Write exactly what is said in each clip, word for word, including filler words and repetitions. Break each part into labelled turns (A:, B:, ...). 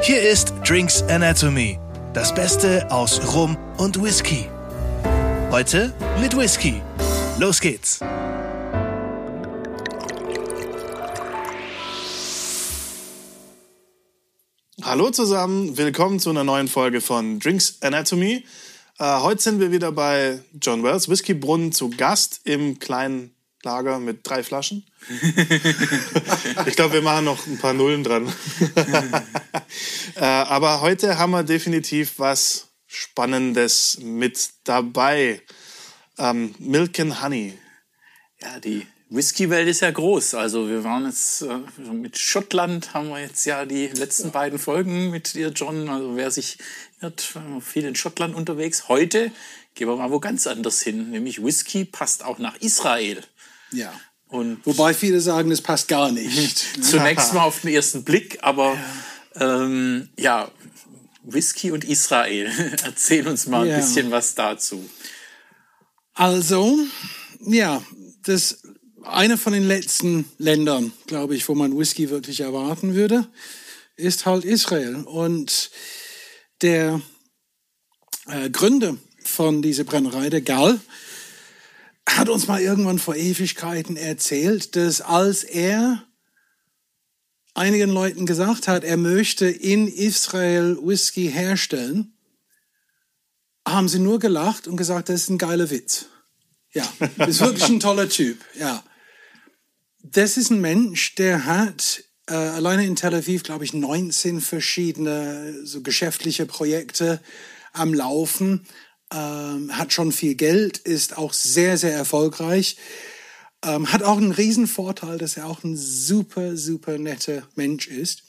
A: Hier ist Drinks Anatomy, das Beste aus Rum und Whisky. Heute mit Whisky. Los geht's!
B: Hallo zusammen, willkommen zu einer neuen Folge von Drinks Anatomy. Äh, heute sind wir wieder bei John Wells Whiskybrunnen zu Gast im kleinen Lager mit drei Flaschen. Ich glaube, wir machen noch ein paar Nullen dran. äh, aber heute haben wir definitiv was Spannendes mit dabei. Ähm, Milk and Honey.
C: Ja, die Whisky-Welt ist ja groß. Also wir waren jetzt äh, mit Schottland, haben wir jetzt ja die letzten beiden Folgen mit dir, John. Also wer sich irrt, viel in Schottland unterwegs. Heute gehen wir mal wo ganz anders hin. Nämlich Whisky passt auch nach Israel.
D: Ja.
C: Und
D: wobei viele sagen, es passt gar nicht.
C: Zunächst mal auf den ersten Blick, aber ja, ähm, ja Whisky und Israel. Erzähl uns mal ein ja. bisschen was dazu.
D: Also, ja, das eine von den letzten Ländern, glaube ich, wo man Whisky wirklich erwarten würde, ist halt Israel. Und der äh, Gründer von dieser Brennerei, der Gal, hat uns mal irgendwann vor Ewigkeiten erzählt, dass als er einigen Leuten gesagt hat, er möchte in Israel Whisky herstellen, haben sie nur gelacht und gesagt, das ist ein geiler Witz. Ja, das ist wirklich ein toller Typ, ja. Das ist ein Mensch, der hat äh, alleine in Tel Aviv, glaube ich, neunzehn verschiedene so geschäftliche Projekte am Laufen, ähm, hat schon viel Geld, ist auch sehr, sehr erfolgreich, ähm, hat auch einen riesen Vorteil, dass er auch ein super, super netter Mensch ist,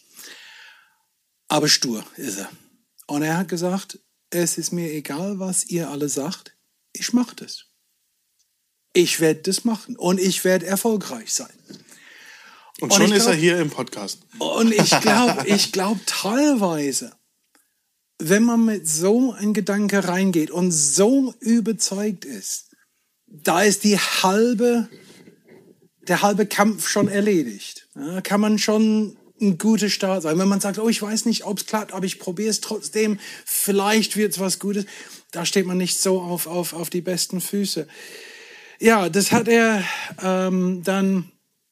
D: aber stur ist er. Und er hat gesagt, es ist mir egal, was ihr alle sagt, ich mache das. Ich werde das machen und ich werde erfolgreich sein.
B: Und, und schon ist glaub, er hier im Podcast.
D: Und ich glaube ich glaub teilweise, wenn man mit so einem Gedanke reingeht und so überzeugt ist, da ist die halbe, der halbe Kampf schon erledigt. Ja, kann man schon ein guter Start sein. Wenn man sagt, oh, ich weiß nicht, ob es klappt, aber ich probiere es trotzdem, vielleicht wird es was Gutes, da steht man nicht so auf, auf, auf die besten Füße. Ja, das hat er ähm, dann,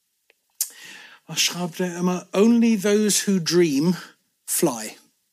D: was schreibt er immer? Only those who dream fly.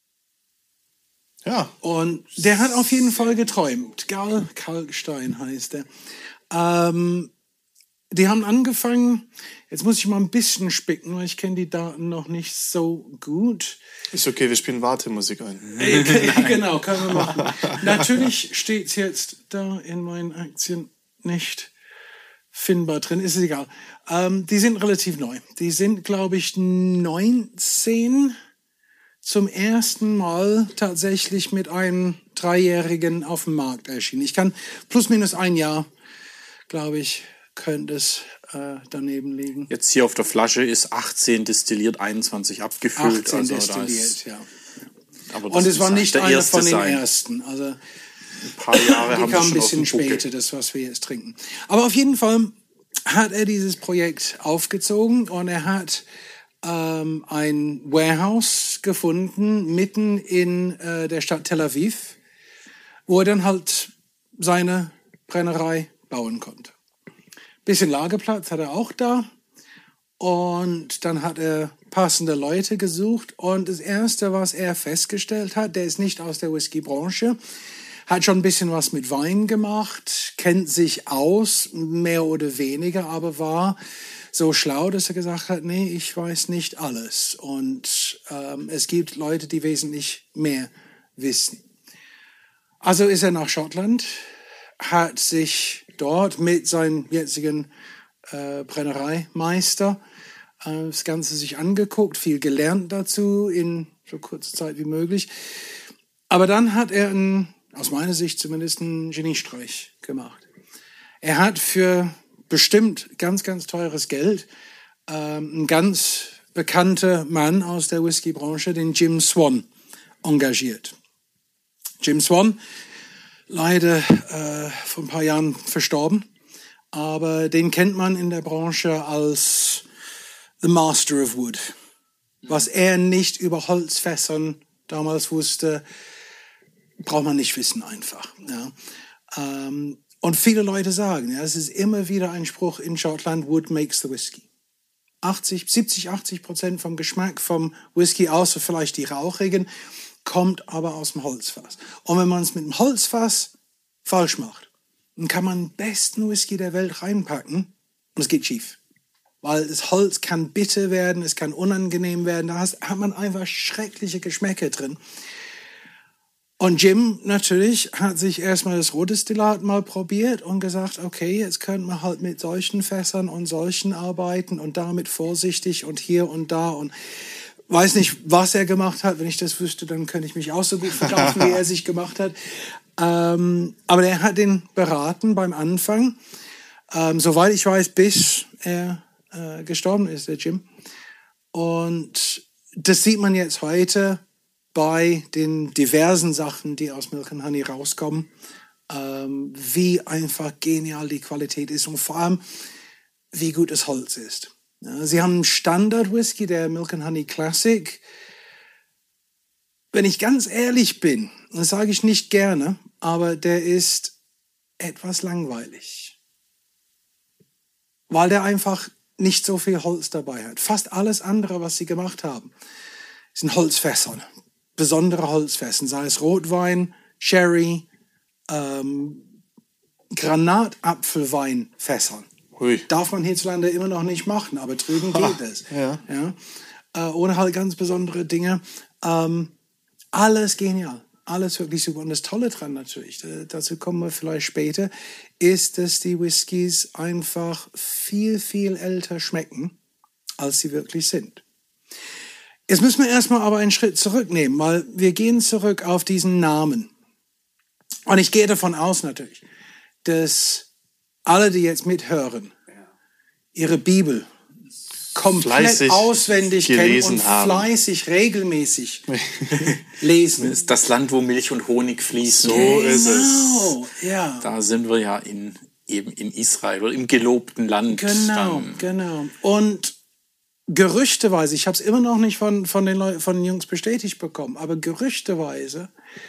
B: Ja.
D: Und der hat auf jeden Fall geträumt. Gal Kalkstein heißt er. Ähm, die haben angefangen, jetzt muss ich mal ein bisschen spicken, weil ich kenne die Daten noch nicht so gut.
B: Ist okay, wir spielen Wartemusik ein.
D: Äh, genau, können wir machen. Natürlich steht es jetzt da in meinen Aktien nicht findbar drin, ist es egal. Ähm, die sind relativ neu. Die sind, glaube ich, neunzehn zum ersten Mal tatsächlich mit einem Dreijährigen auf dem Markt erschienen. Ich kann plus minus ein Jahr, glaube ich, könnte es äh, daneben liegen.
C: Jetzt hier auf der Flasche ist achtzehn destilliert, einundzwanzig abgefüllt.
D: achtzehn
C: also
D: destilliert,
C: ist,
D: ja.
C: Aber
D: und es war nicht einer von den
C: sein.
D: ersten. Also
C: ein paar Jahre
D: die
C: haben
D: kam
C: schon
D: ein bisschen später, das, was wir jetzt trinken. Aber auf jeden Fall hat er dieses Projekt aufgezogen und er hat ähm, ein Warehouse gefunden mitten in äh, der Stadt Tel Aviv, wo er dann halt seine Brennerei bauen konnte. Bisschen Lagerplatz hat er auch da und dann hat er passende Leute gesucht und das Erste, was er festgestellt hat, der ist nicht aus der Whiskybranche, hat schon ein bisschen was mit Wein gemacht, kennt sich aus, mehr oder weniger, aber war so schlau, dass er gesagt hat, nee, ich weiß nicht alles. Und ähm, es gibt Leute, die wesentlich mehr wissen. Also ist er nach Schottland, hat sich dort mit seinem jetzigen äh, Brennereimeister äh, das Ganze sich angeguckt, viel gelernt dazu in so kurzer Zeit wie möglich. Aber dann hat er einen, aus meiner Sicht zumindest, einen Geniestreich gemacht. Er hat für bestimmt ganz, ganz teures Geld ähm, einen ganz bekannter Mann aus der Whiskybranche, den Jim Swan, engagiert. Jim Swan, leider äh, vor ein paar Jahren verstorben, aber den kennt man in der Branche als The Master of Wood. Was er nicht über Holzfässern damals wusste, braucht man nicht wissen einfach. Ja. Ähm, und viele Leute sagen, ja, es ist immer wieder ein Spruch in Schottland, Wood makes the Whisky. achtzig, siebzig, achtzig Prozent vom Geschmack vom Whisky, außer vielleicht die rauchigen, kommt aber aus dem Holzfass. Und wenn man es mit dem Holzfass falsch macht, dann kann man den besten Whisky der Welt reinpacken und es geht schief. Weil das Holz kann bitter werden, es kann unangenehm werden, da hat man einfach schreckliche Geschmäcker drin. Und Jim natürlich hat sich erstmal das Rohdestillat mal probiert und gesagt, okay, jetzt könnte man halt mit solchen Fässern und solchen arbeiten und damit vorsichtig und hier und da und weiß nicht, was er gemacht hat. Wenn ich das wüsste, dann könnte ich mich auch so gut verkaufen, wie er sich gemacht hat. Ähm, aber er hat ihn beraten beim Anfang, ähm, soweit ich weiß, bis er äh, gestorben ist, der Jim. Und das sieht man jetzt heute bei den diversen Sachen, die aus Milk and Honey rauskommen, ähm, wie einfach genial die Qualität ist und vor allem, wie gut das Holz ist. Ja, sie haben einen Standard-Whisky, der Milk and Honey Classic. Wenn ich ganz ehrlich bin, das sage ich nicht gerne, aber der ist etwas langweilig. Weil der einfach nicht so viel Holz dabei hat. Fast alles andere, was sie gemacht haben, sind Holzfässer. Besondere Holzfässer, sei es Rotwein, Sherry, ähm, Granatapfelweinfässern.
B: Hui.
D: Darf man hierzulande immer noch nicht machen, aber drüben geht es.
B: Ja.
D: Ja? Äh, ohne halt ganz besondere Dinge. Ähm, alles genial. Alles wirklich super. Und das Tolle dran natürlich, äh, dazu kommen wir vielleicht später, ist, dass die Whiskys einfach viel, viel älter schmecken, als sie wirklich sind. Jetzt müssen wir erstmal aber einen Schritt zurücknehmen, weil wir gehen zurück auf diesen Namen. Und ich gehe davon aus natürlich, dass alle, die jetzt mithören, ihre Bibel komplett
B: fleißig
D: auswendig kennen und
B: haben.
D: fleißig, regelmäßig lesen.
C: Das ist das Land, wo Milch und Honig fließen.
B: So
D: Genau,
B: ist es.
D: ja.
C: Da sind wir ja in, eben in Israel oder im gelobten Land.
D: Genau,
C: Dann.
D: genau. Und gerüchteweise, ich habe es immer noch nicht von, von, den Leu- von den Jungs bestätigt bekommen, aber gerüchteweise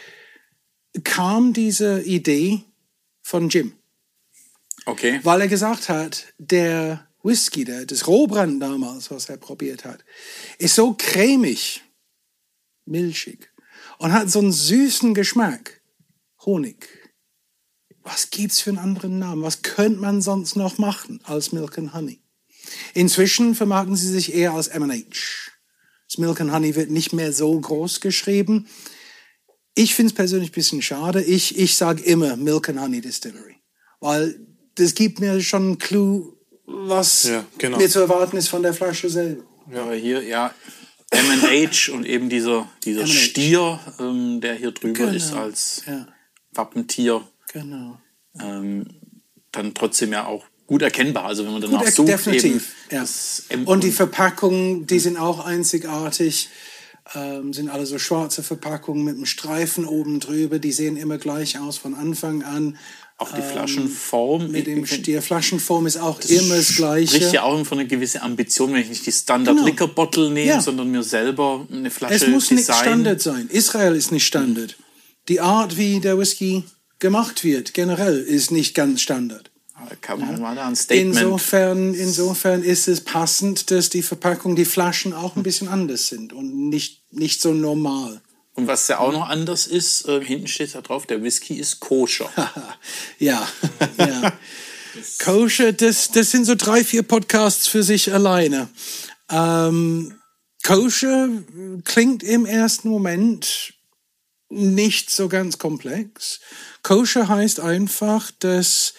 D: kam diese Idee von Jim.
C: Okay.
D: Weil er gesagt hat, der Whisky, der, das Rohbrand damals, was er probiert hat, ist so cremig, milchig und hat so einen süßen Geschmack. Honig. Was gibt's für einen anderen Namen? Was könnte man sonst noch machen als Milk and Honey? Inzwischen vermarkten sie sich eher als M and H. Das Milk and Honey wird nicht mehr so groß geschrieben. Ich finde es persönlich ein bisschen schade. Ich, ich sage immer Milk and Honey Distillery. Weil das gibt mir schon einen Clou, was
B: Ja, genau.
D: mir zu erwarten ist von der Flasche selber.
C: Ja, aber hier, ja, M and H und eben dieser, dieser
D: M and H.
C: Stier, ähm, der hier drüber
D: Genau.
C: ist als
D: Ja,
C: Wappentier,
D: genau.
C: ähm, dann trotzdem ja auch gut erkennbar. Also wenn man danach
D: Gut,
C: sucht,
D: definitiv.
C: eben
D: Ja.
C: das M
D: Und die Verpackungen, die sind auch einzigartig. Ähm, sind alle so schwarze Verpackungen mit einem Streifen oben drüber. Die sehen immer gleich aus von Anfang an.
C: auch die Flaschenform.
D: Mit dem
C: Ich- ich-
D: Stier. Flaschenform ist auch immer das Gleiche.
C: spricht ja auch für eine gewisse Ambition, wenn ich nicht die Standard
D: Genau.
C: Liquor Bottle nehme,
D: Ja.
C: sondern mir selber eine Flasche
D: Es muss nicht
C: design.
D: Standard sein. Israel ist nicht Standard. Die Art, wie der Whisky gemacht wird, generell, ist nicht ganz Standard.
C: Da kann man mal da ein Statement.
D: Insofern, insofern ist es passend, dass die Verpackung, die Flaschen auch ein bisschen anders sind und nicht, nicht so normal.
C: Und was ja auch noch anders ist, äh, hinten steht da drauf, der Whisky ist koscher.
D: Ja, ja. Koscher, das, das sind so drei, vier Podcasts für sich alleine. Ähm, Koscher klingt im ersten Moment nicht so ganz komplex. Koscher heißt einfach, dass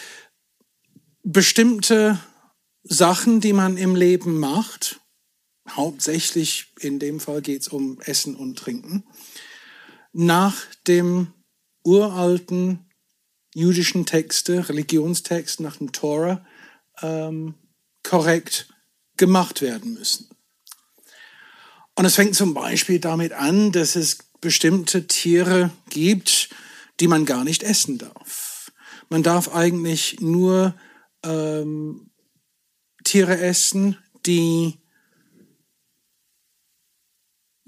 D: bestimmte Sachen, die man im Leben macht, hauptsächlich in dem Fall geht es um Essen und Trinken, nach dem uralten jüdischen Texte, Religionstext, nach dem Tora, ähm, korrekt gemacht werden müssen. Und es fängt zum Beispiel damit an, dass es bestimmte Tiere gibt, die man gar nicht essen darf. Man darf eigentlich nur ähm, Tiere essen, die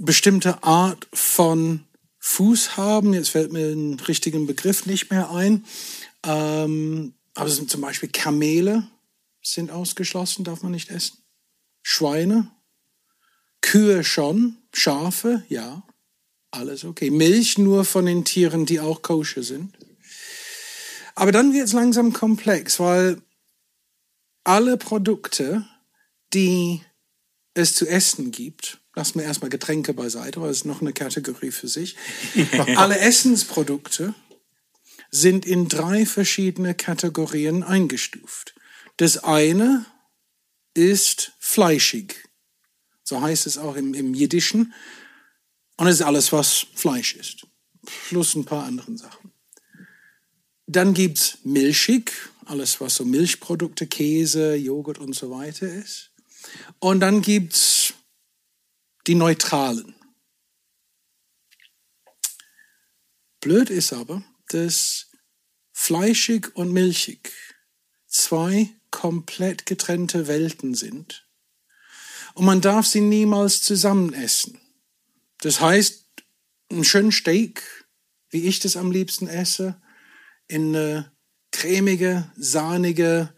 D: bestimmte Art von Fuß haben. Jetzt fällt mir ein richtigen Begriff nicht mehr ein. Ähm, aber es sind zum Beispiel Kamele sind ausgeschlossen, darf man nicht essen. Schweine, Kühe schon, Schafe, ja, alles okay. Milch nur von den Tieren, die auch koscher sind. Aber dann wird es langsam komplex, weil alle Produkte, die es zu essen gibt, lassen wir erstmal Getränke beiseite, weil es ist noch eine Kategorie für sich. Alle Essensprodukte sind in drei verschiedene Kategorien eingestuft. Das eine ist fleischig. So heißt es auch im, im Jiddischen. Und es ist alles, was Fleisch ist. Plus ein paar andere Sachen. Dann gibt es milchig. Alles, was so Milchprodukte, Käse, Joghurt und so weiter ist. Und dann gibt es die neutralen. Blöd ist aber, dass fleischig und milchig zwei komplett getrennte Welten sind. Und man darf sie niemals zusammen essen. Das heißt, ein schönes Steak, wie ich das am liebsten esse, in eine cremige, sahnige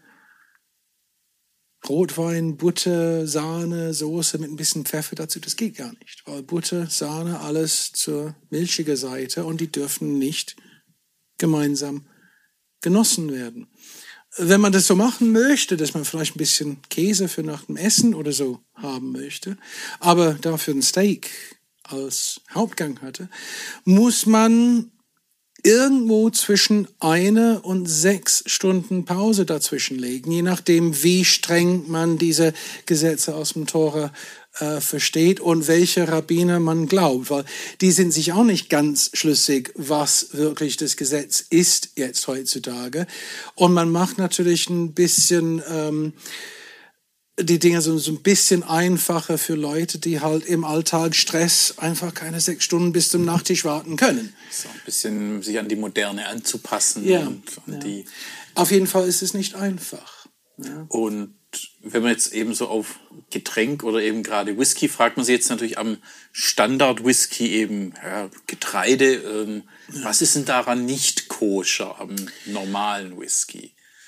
D: Rotwein, Butter, Sahne, Soße mit ein bisschen Pfeffer dazu, das geht gar nicht. Weil Butter, Sahne, alles zur milchigen Seite und die dürfen nicht gemeinsam genossen werden. Wenn man das so machen möchte, dass man vielleicht ein bisschen Käse für nach dem Essen oder so haben möchte, aber dafür ein Steak als Hauptgang hatte, muss man irgendwo zwischen eine und sechs Stunden Pause dazwischen legen, je nachdem, wie streng man diese Gesetze aus dem Tora äh, versteht und welche Rabbiner man glaubt, weil die sind sich auch nicht ganz schlüssig, was wirklich das Gesetz ist jetzt heutzutage. Und man macht natürlich ein bisschen ähm, die Dinge so, so ein bisschen einfacher für Leute, die halt im Alltag Stress einfach keine sechs Stunden bis zum Nachtisch warten können.
C: So ein bisschen sich an die Moderne anzupassen.
D: Ja,
C: und an
D: ja.
C: die
D: Auf jeden Fall ist es nicht einfach. Ja.
C: Und wenn man jetzt eben so auf Getränk oder eben gerade Whisky, fragt man sich jetzt natürlich am Standard-Whisky eben ja, Getreide. Ähm, ja. Was ist denn daran nicht koscher am normalen Whisky?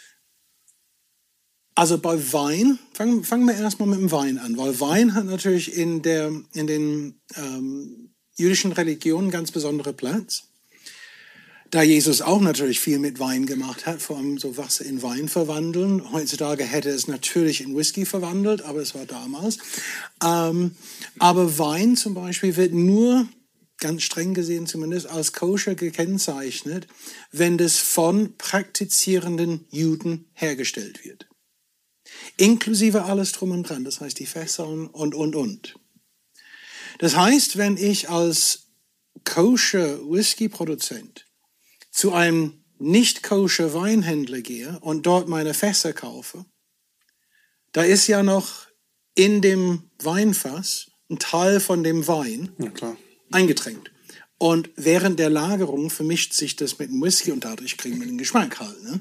D: Also bei Wein, fangen, fangen wir erstmal mit dem Wein an, weil Wein hat natürlich in, der, in den ähm, jüdischen Religionen ganz besondere Platz. Da Jesus auch natürlich viel mit Wein gemacht hat, vor allem so Wasser in Wein verwandeln. Heutzutage hätte es natürlich in Whisky verwandelt, aber es war damals. Ähm, aber Wein zum Beispiel wird nur, ganz streng gesehen zumindest, als koscher gekennzeichnet, wenn das von praktizierenden Juden hergestellt wird. Inklusive alles drum und dran, das heißt die Fässer und, und, und. Das heißt, wenn ich als koscher Whisky-Produzent zu einem nicht koscher Weinhändler gehe und dort meine Fässer kaufe, da ist ja noch in dem Weinfass ein Teil von dem Wein
B: ja, klar.
D: eingetränkt. Und während der Lagerung vermischt sich das mit dem Whisky und dadurch kriegen wir den Geschmack halt. Ne?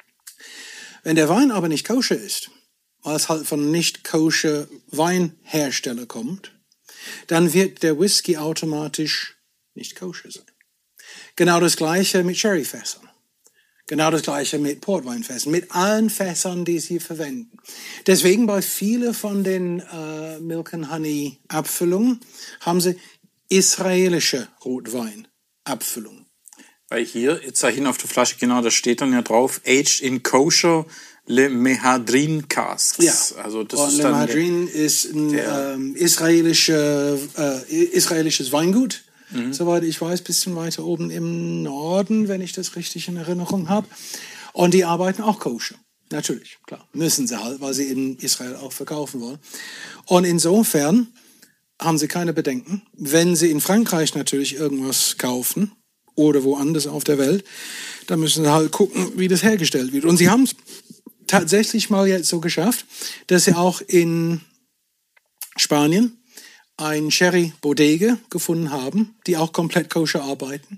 D: Wenn der Wein aber nicht koscher ist, weil es halt von nicht koscher Weinhersteller kommt, dann wird der Whisky automatisch nicht koscher sein. Genau das Gleiche mit Sherryfässern. Genau das Gleiche mit Portweinfässern. Mit allen Fässern, die sie verwenden. Deswegen bei vielen von den äh, Milk and Honey Abfüllungen haben sie israelische Rotwein-Abfüllung.
C: Weil hier, jetzt sage ich Ihnen auf der Flasche, genau, da steht dann ja drauf, aged in kosher Le Mehadrin Casks.
D: Ja,
C: also das
D: und
C: ist
D: Le
C: dann
D: Mehadrin ist ein ähm, israelische, äh, israelisches Weingut, mhm. soweit ich weiß, ein bisschen weiter oben im Norden, wenn ich das richtig in Erinnerung habe. Und die arbeiten auch koscher. Natürlich, klar, müssen sie halt, weil sie in Israel auch verkaufen wollen. Und insofern haben sie keine Bedenken. Wenn sie in Frankreich natürlich irgendwas kaufen oder woanders auf der Welt, dann müssen sie halt gucken, wie das hergestellt wird. Und sie haben es tatsächlich mal jetzt so geschafft, dass sie auch in Spanien ein Sherry Bodega gefunden haben, die auch komplett koscher arbeiten.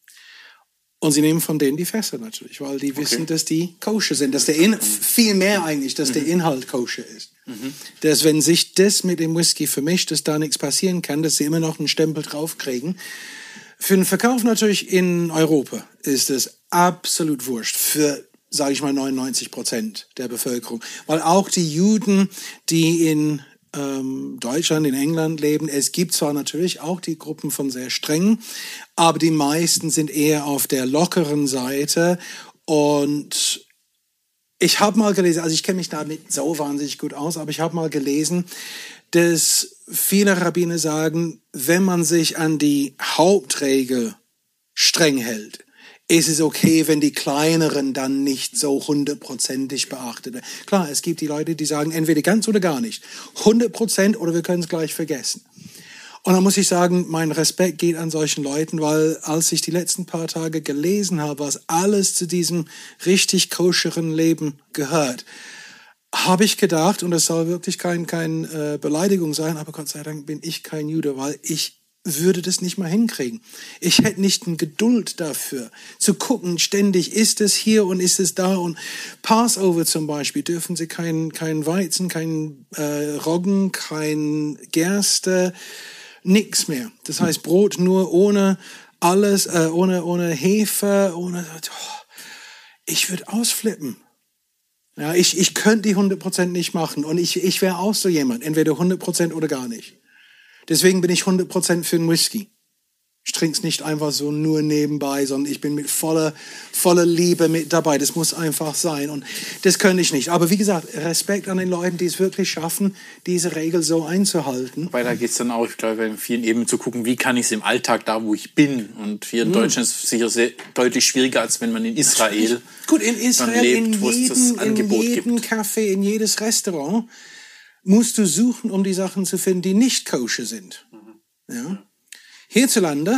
D: Und sie nehmen von denen die Fässer natürlich, weil die wissen, okay. dass die koscher sind, dass der In- viel mehr eigentlich, dass mhm. der Inhalt koscher ist. Mhm. Dass wenn sich das mit dem Whisky vermischt, dass da nichts passieren kann, dass sie immer noch einen Stempel draufkriegen. Für den Verkauf natürlich in Europa ist es absolut wurscht. Für, sage ich mal, neunundneunzig Prozent der Bevölkerung. Weil auch die Juden, die in ähm, Deutschland, in England leben, es gibt zwar natürlich auch die Gruppen von sehr strengen, aber die meisten sind eher auf der lockeren Seite. Und ich habe mal gelesen, also ich kenne mich da nicht so wahnsinnig gut aus, aber ich habe mal gelesen, dass viele Rabbiner sagen, wenn man sich an die Hauptregel streng hält, ist es okay, wenn die kleineren dann nicht so hundertprozentig beachtet werden. Klar, es gibt die Leute, die sagen, entweder ganz oder gar nicht. hundert Prozent oder wir können es gleich vergessen. Und dann muss ich sagen, mein Respekt geht an solchen Leuten, weil als ich die letzten paar Tage gelesen habe, was alles zu diesem richtig koscheren Leben gehört, habe ich gedacht, und das soll wirklich kein, kein äh, Beleidigung sein, aber Gott sei Dank bin ich kein Jude, weil ich würde das nicht mal hinkriegen. Ich hätte nicht eine Geduld dafür, zu gucken, ständig, ist es hier und ist es da. Und Passover zum Beispiel dürfen sie kein, kein Weizen, kein äh, Roggen, kein Gerste, nix mehr. Das heißt Brot nur ohne alles, äh, ohne, ohne Hefe, ohne... Oh, ich würde ausflippen. Ja, ich, ich könnte die hundert Prozent nicht machen. Und ich, ich wäre auch so jemand, entweder hundert Prozent oder gar nicht. Deswegen bin ich hundert Prozent für den Whisky. Ich trinke es nicht einfach so nur nebenbei, sondern ich bin mit voller, voller Liebe mit dabei. Das muss einfach sein. Und das könnte ich nicht. Aber wie gesagt, Respekt an den Leuten, die es wirklich schaffen, diese Regel so einzuhalten.
C: Weil da geht es dann auch, ich glaube, in vielen Ebenen zu gucken, wie kann ich es im Alltag da, wo ich bin. Und hier in mhm. Deutschland ist es sicher sehr, deutlich schwieriger, als wenn man in Israel
D: Gut, in Israel,
C: lebt,
D: in
C: wo es das
D: jedem,
C: Angebot
D: in jedem
C: gibt.
D: Café, in jedes Restaurant musst du suchen, um die Sachen zu finden, die nicht koscher sind. Mhm. Ja. Hierzulande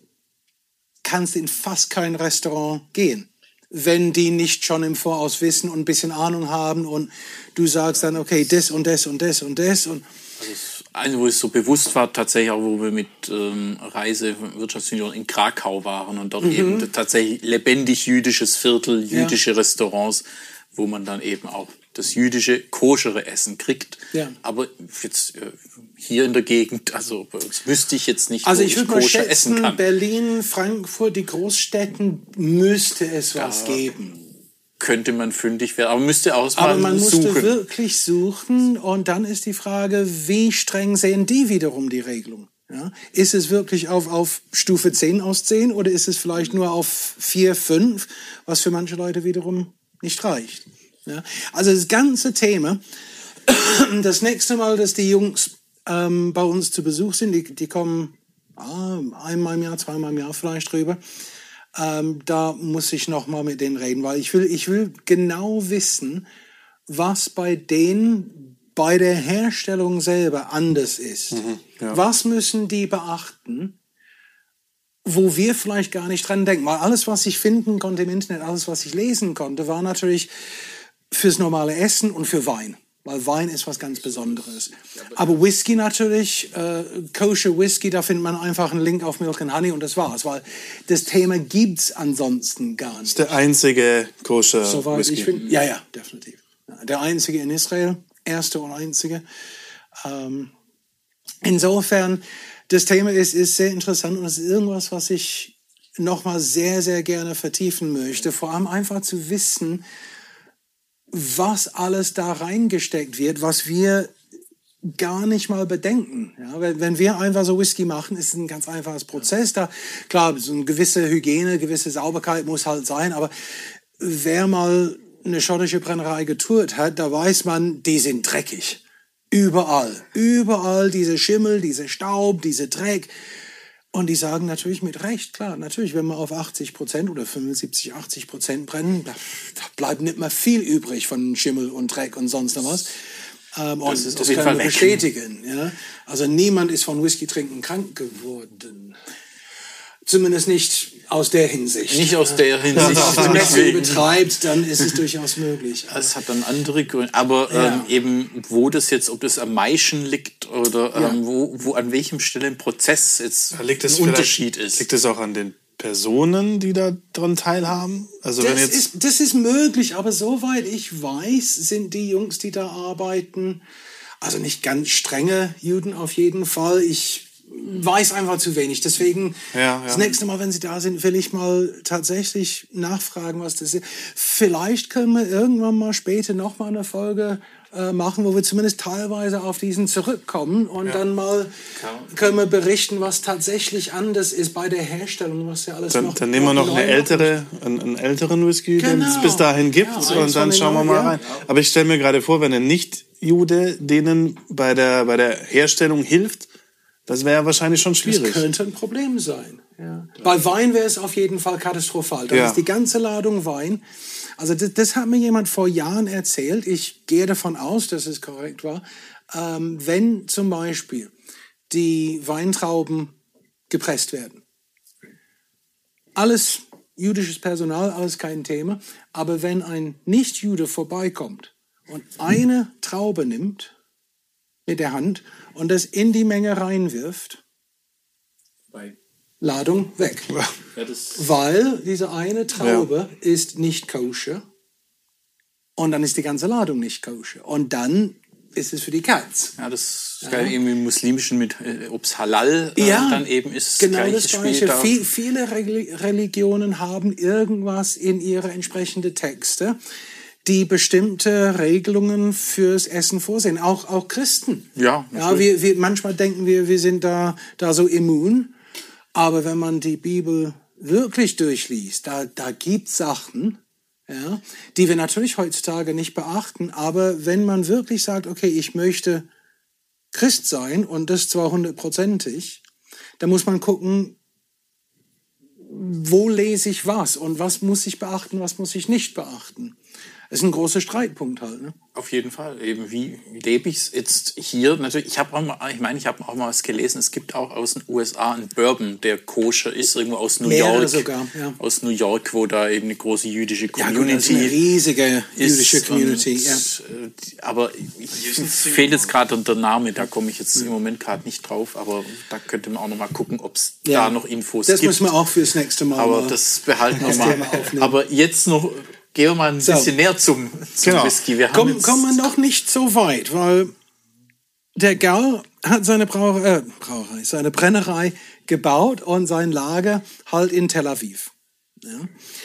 D: kannst du in fast kein Restaurant gehen, wenn die nicht schon im Voraus wissen und ein bisschen Ahnung haben und du sagst dann, okay, das und das und das und das. Und
C: also das eine, wo es so bewusst war, tatsächlich auch, wo wir mit ähm, Reisewirtschaftsunion in Krakau waren und dort mhm. eben tatsächlich lebendig jüdisches Viertel, jüdische ja. Restaurants, wo man dann eben auch das jüdische, koschere Essen kriegt. Ja. Aber jetzt äh, hier in der Gegend, also das wüsste ich jetzt nicht,
D: also
C: wo
D: ich,
C: ich
D: würde
C: koscher
D: mal schätzen,
C: essen kann.
D: Berlin, Frankfurt, die Großstädten, müsste es was
C: ja,
D: geben.
C: Könnte man fündig werden, aber müsste auch mal
D: Aber man
C: suchen.
D: musste wirklich suchen und dann ist die Frage, wie streng sehen die wiederum die Regelung? Ja? Ist es wirklich auf, auf Stufe zehn aus zehn oder ist es vielleicht nur auf vier, fünf, was für manche Leute wiederum nicht reicht? Ja, also das ganze Thema, das nächste Mal, dass die Jungs ähm, bei uns zu Besuch sind, die, die kommen ah, einmal im Jahr, zweimal im Jahr vielleicht rüber, ähm, da muss ich noch mal mit denen reden, weil ich will, ich will genau wissen, was bei denen bei der Herstellung selber anders ist. Mhm, ja. Was müssen die beachten, wo wir vielleicht gar nicht dran denken? Weil alles, was ich finden konnte im Internet, alles, was ich lesen konnte, war natürlich fürs normale Essen und für Wein. Weil Wein ist was ganz Besonderes. Aber Whisky natürlich, äh, Kosher Whisky, da findet man einfach einen Link auf Milk and Honey und das war's. Weil das Thema gibt's ansonsten gar nicht.
B: Das ist der einzige Kosher
D: Soweit
B: Whisky.
D: Ich find, ja, ja, definitiv. Der einzige in Israel, erste und einzige. Ähm, insofern, das Thema ist, ist sehr interessant und es ist irgendwas, was ich nochmal sehr, sehr gerne vertiefen möchte. Vor allem einfach zu wissen, was alles da reingesteckt wird, was wir gar nicht mal bedenken. Ja, wenn, wenn wir einfach so Whisky machen, ist es ein ganz einfaches Prozess. Da, klar, so eine gewisse Hygiene, gewisse Sauberkeit muss halt sein, aber wer mal eine schottische Brennerei getourt hat, da weiß man, die sind dreckig. Überall. Überall diese Schimmel, diese Staub, diese Dreck. Und die sagen natürlich mit Recht, klar, natürlich, wenn wir auf achtzig Prozent oder fünfundsiebzig, achtzig Prozent brennen, da, da bleibt nicht mehr viel übrig von Schimmel und Dreck und sonst noch was. Ähm, und das, ist das können wir bestätigen. Ja? Also niemand ist von Whisky trinken krank geworden. Zumindest nicht aus der Hinsicht.
C: Nicht aus der Hinsicht.
D: Wenn man das Messing betreibt, dann ist es durchaus möglich.
C: Es hat dann andere Gründe. Aber ja. ähm, eben, wo das jetzt, ob das am Maischen liegt oder ähm, ja. wo, wo an welchem Stelle im Prozess jetzt
B: liegt es
C: ein Unterschied ist.
B: Liegt es auch an den Personen, die da dran teilhaben? Also
D: das,
B: wenn jetzt
D: ist, das ist möglich, aber soweit ich weiß, sind die Jungs, die da arbeiten, Also nicht ganz strenge Juden auf jeden Fall. Ich weiß einfach zu wenig. Deswegen
B: Ja, ja.
D: das nächste Mal, wenn Sie da sind, will ich mal tatsächlich nachfragen, was das ist. Vielleicht können wir irgendwann mal später noch mal eine Folge äh, machen, wo wir zumindest teilweise auf diesen zurückkommen und ja. dann mal können wir berichten, was tatsächlich anders ist bei der Herstellung, was ja alles
B: dann,
D: noch.
B: Dann nehmen wir noch eine ältere, einen, einen älteren Whisky, genau. den es bis dahin gibt, ja, und dann schauen wir mal rein. Ja. Aber ich stelle mir gerade vor, wenn ein Nicht-Jude denen bei der bei der Herstellung hilft, das wäre wahrscheinlich schon schwierig.
D: Das könnte ein Problem sein. Ja. Bei Wein wäre es auf jeden Fall katastrophal. Da ja. ist die ganze Ladung Wein. Also das, das hat mir jemand vor Jahren erzählt. Ich gehe davon aus, dass es korrekt war. Ähm, wenn zum Beispiel die Weintrauben gepresst werden. Alles jüdisches Personal, alles kein Thema. Aber wenn ein Nicht-Jude vorbeikommt und eine Traube nimmt mit der Hand und das in die Menge reinwirft, Ladung weg. Ja, das weil diese eine Traube ja. ist nicht koscher und dann ist die ganze Ladung nicht koscher. Und dann ist es für die Katz.
C: Ja, das ist ja. irgendwie im Muslimischen mit, äh, ob es Halal äh,
D: ja,
C: dann eben ist.
D: Genau das Gleiche. Viel, viele Religionen haben irgendwas in ihre entsprechenden Texte, die bestimmte Regelungen fürs Essen vorsehen. Auch, auch Christen.
C: Ja,
D: ja wir, wir, manchmal denken wir, wir sind da, da so immun. Aber wenn man die Bibel wirklich durchliest, da, da gibt es Sachen, ja, die wir natürlich heutzutage nicht beachten. Aber wenn man wirklich sagt, okay, ich möchte Christ sein und das zwar hundertprozentig, dann muss man gucken, wo lese ich was und was muss ich beachten, was muss ich nicht beachten. Das ist ein großer Streitpunkt halt. Ne?
C: Auf jeden Fall. Eben wie lebe ich es jetzt hier? Natürlich, ich habe auch mal, ich meine, ich habe auch mal was gelesen. Es gibt auch aus den U S A einen Bourbon, der koscher ist, irgendwo aus New
D: Mehrere
C: York.
D: sogar, ja.
C: Aus New York, wo da eben eine große jüdische Community
D: ja, gut, das ist. Eine riesige jüdische Community.
C: Und,
D: ja.
C: Aber ich fehlt jetzt gerade der Name, da komme ich jetzt im Moment gerade nicht drauf. Aber da könnte man auch noch mal gucken, ob es ja. da noch Infos
D: das
C: gibt.
D: Das müssen wir auch fürs nächste Mal.
C: Aber das behalten wir mal. Aber jetzt noch. Gehen wir mal ein bisschen so. näher zum, zum
D: genau.
C: Whisky. Wir
D: Komm, kommen wir noch nicht so weit, weil der Gal hat seine Brauerei, äh, Brauerei, seine Brennerei gebaut und sein Lager halt in Tel Aviv. Ja.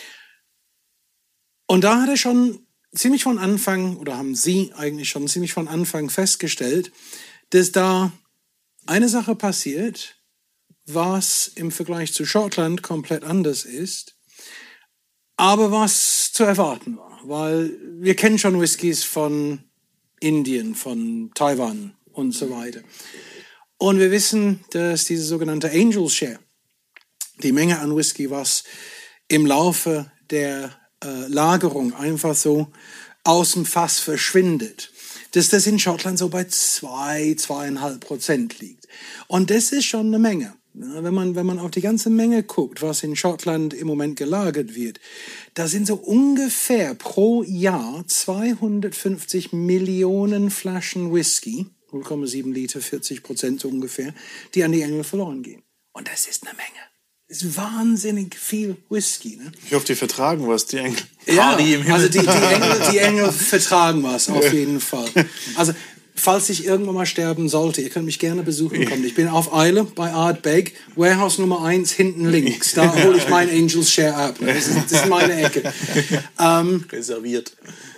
D: Und da hat er schon ziemlich von Anfang, oder haben sie eigentlich schon ziemlich von Anfang festgestellt, dass da eine Sache passiert, was im Vergleich zu Schottland komplett anders ist, aber was zu erwarten war, weil wir kennen schon Whiskys von Indien, von Taiwan und so weiter. Und wir wissen, dass diese sogenannte Angel Share, die Menge an Whisky, was im Laufe der äh, Lagerung einfach so aus dem Fass verschwindet, dass das in Schottland so bei zwei, zweieinhalb Prozent liegt. Und das ist schon eine Menge. Ja, wenn man, wenn man auf die ganze Menge guckt, was in Schottland im Moment gelagert wird, da sind so ungefähr pro Jahr zweihundertfünfzig Millionen Flaschen Whisky, null Komma sieben Liter, vierzig Prozent so ungefähr, die an die Engel verloren gehen. Und das ist eine Menge. Das ist wahnsinnig viel Whisky. Ne?
B: Ich hoffe, die vertragen was, die Engel.
D: Ja, also die, die, Engel, die Engel vertragen was, auf jeden Fall. Also falls ich irgendwann mal sterben sollte, ihr könnt mich gerne besuchen kommen. Ich bin auf Eile bei Ard Beg, Warehouse Nummer eins, hinten links. Da hole ich mein Angels Share ab. Das ist, das ist meine Ecke. Ähm,
C: Reserviert.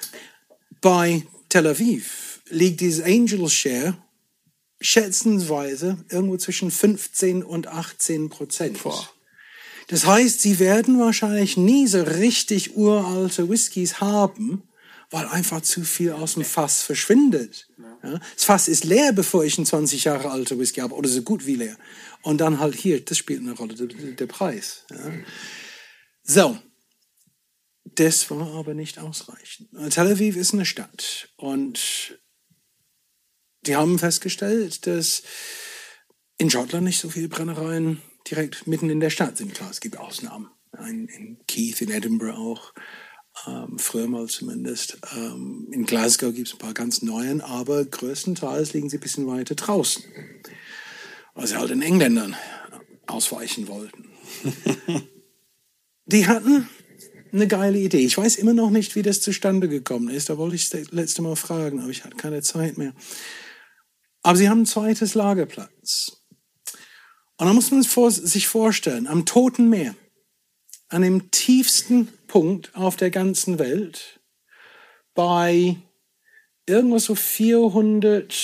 D: Bei Tel Aviv liegt dieses Angels Share schätzensweise irgendwo zwischen fünfzehn und achtzehn Prozent. Boah. Das heißt, sie werden wahrscheinlich nie so richtig uralte Whiskys haben, weil einfach zu viel aus dem Fass verschwindet. Ja, das Fass ist leer, bevor ich einen zwanzig Jahre alten Whisky habe, oder so gut wie leer. Und dann halt hier, das spielt eine Rolle, der, der Preis. Ja. So, das war aber nicht ausreichend. Tel Aviv ist eine Stadt und die haben festgestellt, dass in Schottland nicht so viele Brennereien direkt mitten in der Stadt sind. Klar, es gibt Ausnahmen. In, in Keith, in Edinburgh auch. Ähm, früher mal zumindest. Ähm, in Glasgow gibt es ein paar ganz neuen, aber größtenteils liegen sie ein bisschen weiter draußen. Weil sie halt den Engländern ausweichen wollten. Die hatten eine geile Idee. Ich weiß immer noch nicht, wie das zustande gekommen ist. Da wollte ich das letzte Mal fragen, aber ich hatte keine Zeit mehr. Aber sie haben ein zweites Lagerplatz. Und da muss man sich vorstellen, am Toten Meer, an dem tiefsten Punkt auf der ganzen Welt, bei irgendwas so vierhundert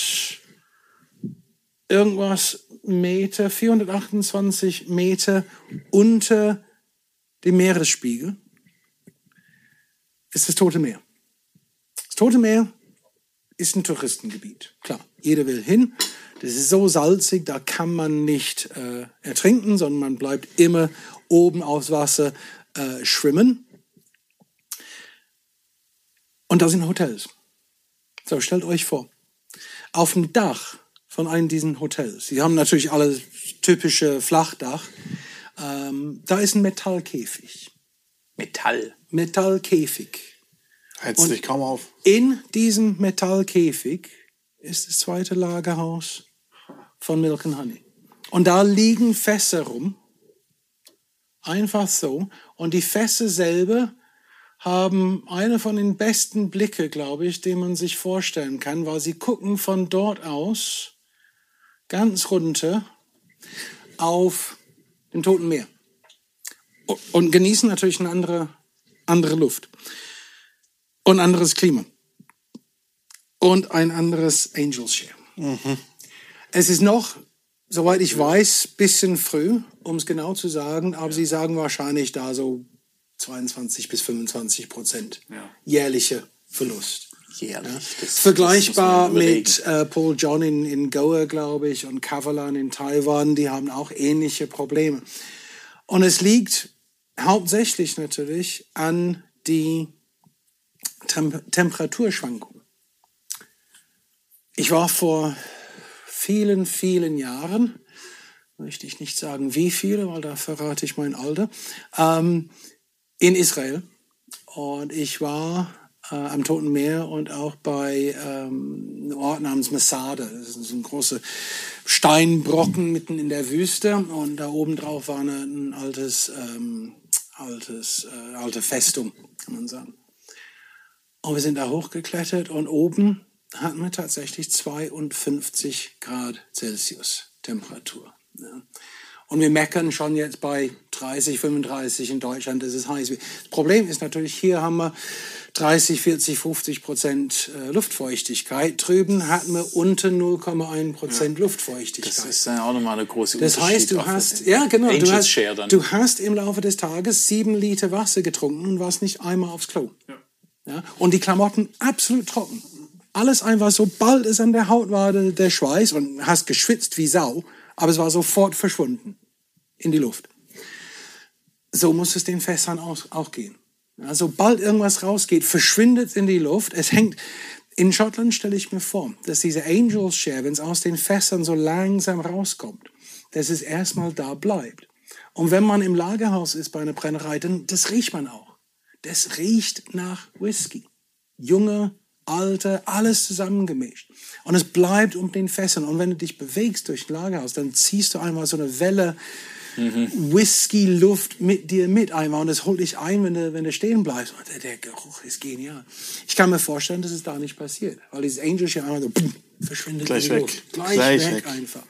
D: irgendwas Meter, vierhundertachtundzwanzig Meter unter dem Meeresspiegel, ist das Tote Meer. Das Tote Meer ist ein Touristengebiet. Klar, jeder will hin. Das ist so salzig, da kann man nicht äh, ertrinken, sondern man bleibt immer oben aufs Wasser äh, schwimmen. Und da sind Hotels. So, stellt euch vor, auf dem Dach von einem dieser Hotels, sie haben natürlich alle typische Flachdach, ähm, da ist ein Metallkäfig.
C: Metall?
D: Metallkäfig.
B: Heizt dich kaum auf.
D: In diesem Metallkäfig ist das zweite Lagerhaus von Milk and Honey. Und da liegen Fässer rum, einfach so. Und die Fässer selber haben eine von den besten Blicke, glaube ich, den man sich vorstellen kann, weil sie gucken von dort aus ganz runter auf dem Toten Meer und genießen natürlich eine andere, andere Luft und anderes Klima und ein anderes Angels Share. Mhm. Es ist noch, soweit ich weiß, ein bisschen früh, um es genau zu sagen, aber sie sagen wahrscheinlich da so zweiundzwanzig bis fünfundzwanzig Prozent ja. jährlicher Verlust.
C: Jährlich.
D: Ja.
C: Das,
D: Vergleichbar
C: das
D: mit äh, Paul John in, in Goa, glaube ich, und Kavalan in Taiwan, die haben auch ähnliche Probleme. Und es liegt hauptsächlich natürlich an die Tem- Temperaturschwankungen. Ich war vor vielen, vielen Jahren, möchte ich nicht sagen wie viele, weil da verrate ich mein Alter, ähm, in Israel. Und ich war äh, am Toten Meer und auch bei ähm, einem Ort namens Masada. Das ist so ein großer Steinbrocken mitten in der Wüste. Und da oben drauf war eine, ein altes, ähm, altes, äh, alte Festung, kann man sagen. Und wir sind da hochgeklettert und oben hatten wir tatsächlich zweiundfünfzig Grad Celsius Temperatur. Ja. Und wir meckern schon jetzt bei dreißig, fünfunddreißig in Deutschland, das ist heiß. Das Problem ist natürlich, hier haben wir dreißig, vierzig, fünfzig Prozent Luftfeuchtigkeit. Drüben hatten wir unter null Komma eins Prozent ja. Luftfeuchtigkeit.
C: Das ist ja auch nochmal eine große
D: Das heißt, du hast, ja genau, du hast, du hast im Laufe des Tages sieben Liter Wasser getrunken und warst nicht einmal aufs Klo. Ja. Ja? Und die Klamotten absolut trocken. Alles einfach, sobald es an der Haut war, der, der Schweiß, und hast geschwitzt wie Sau, aber es war sofort verschwunden in die Luft. So muss es den Fässern auch, auch gehen. Ja, sobald irgendwas rausgeht, verschwindet es in die Luft. Es hängt. In Schottland stelle ich mir vor, dass diese Angels Share, wenn es aus den Fässern so langsam rauskommt, dass es erstmal da bleibt. Und wenn man im Lagerhaus ist bei einer Brennerei, dann das riecht man auch. Das riecht nach Whisky. Junge, alte, alles zusammengemischt. Und es bleibt um den Fässern. Und wenn du dich bewegst durch ein Lagerhaus, dann ziehst du einmal so eine Welle mhm. Whisky-Luft mit dir mit einmal. Und das holt dich ein, wenn du, wenn du stehen bleibst. Und der, der Geruch ist genial. Ich kann mir vorstellen, dass es da nicht passiert. Weil dieses Angel Share einmal so pum, verschwindet
B: Gleich
D: in die
B: weg.
D: Luft. Gleich,
B: Gleich
D: weg,
B: weg
D: einfach.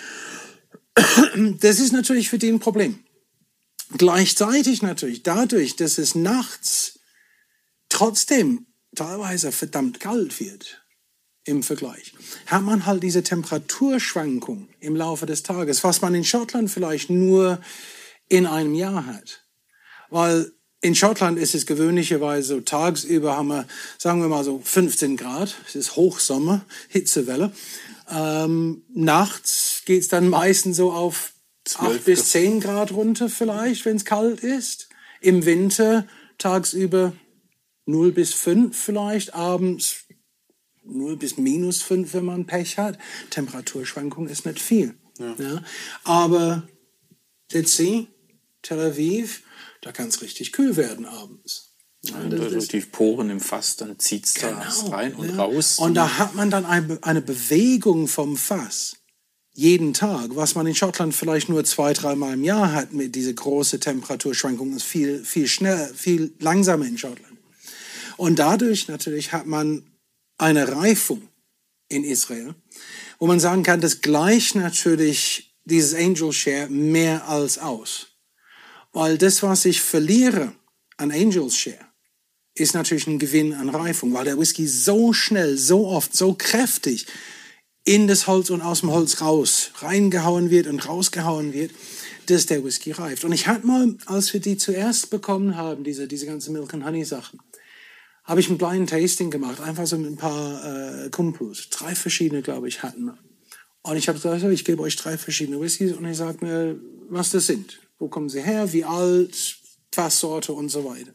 D: Das ist natürlich für die ein Problem. Gleichzeitig natürlich, dadurch, dass es nachts trotzdem teilweise verdammt kalt wird im Vergleich, hat man halt diese Temperaturschwankung im Laufe des Tages, was man in Schottland vielleicht nur in einem Jahr hat. Weil in Schottland ist es gewöhnlicherweise so, tagsüber haben wir, sagen wir mal so fünfzehn Grad, es ist Hochsommer, Hitzewelle. Ähm, nachts geht es dann meistens so auf acht bis zehn Grad runter vielleicht, wenn es kalt ist. Im Winter tagsüber null bis fünf vielleicht, abends null bis minus fünf, wenn man Pech hat. Temperaturschwankung ist nicht viel. Ja. Ja. Aber Let's see, Tel Aviv, da kann es richtig kühl werden abends.
C: Ja, das durch die Poren im Fass, dann zieht es genau, da rein und
D: ja.
C: raus.
D: Und da hat man dann eine Bewegung vom Fass jeden Tag, was man in Schottland vielleicht nur zwei, dreimal im Jahr hat mit dieser großen Temperaturschwankung, ist viel, viel schneller, viel langsamer in Schottland. Und dadurch natürlich hat man eine Reifung in Israel, wo man sagen kann, das gleicht natürlich dieses Angel Share mehr als aus. Weil das, was ich verliere an Angel Share, ist natürlich ein Gewinn an Reifung, weil der Whisky so schnell, so oft, so kräftig in das Holz und aus dem Holz raus, reingehauen wird und rausgehauen wird, dass der Whisky reift. Und ich hatte mal, als wir die zuerst bekommen haben, diese, diese ganzen Milk and Honey Sachen, habe ich ein Blind Tasting gemacht, einfach so mit ein paar äh, Kumpels. Drei verschiedene, glaube ich, hatten wir. Und ich habe gesagt, ich gebe euch drei verschiedene Whiskys und ich sage mir, was das sind. Wo kommen sie her, wie alt, Fasssorte und so weiter.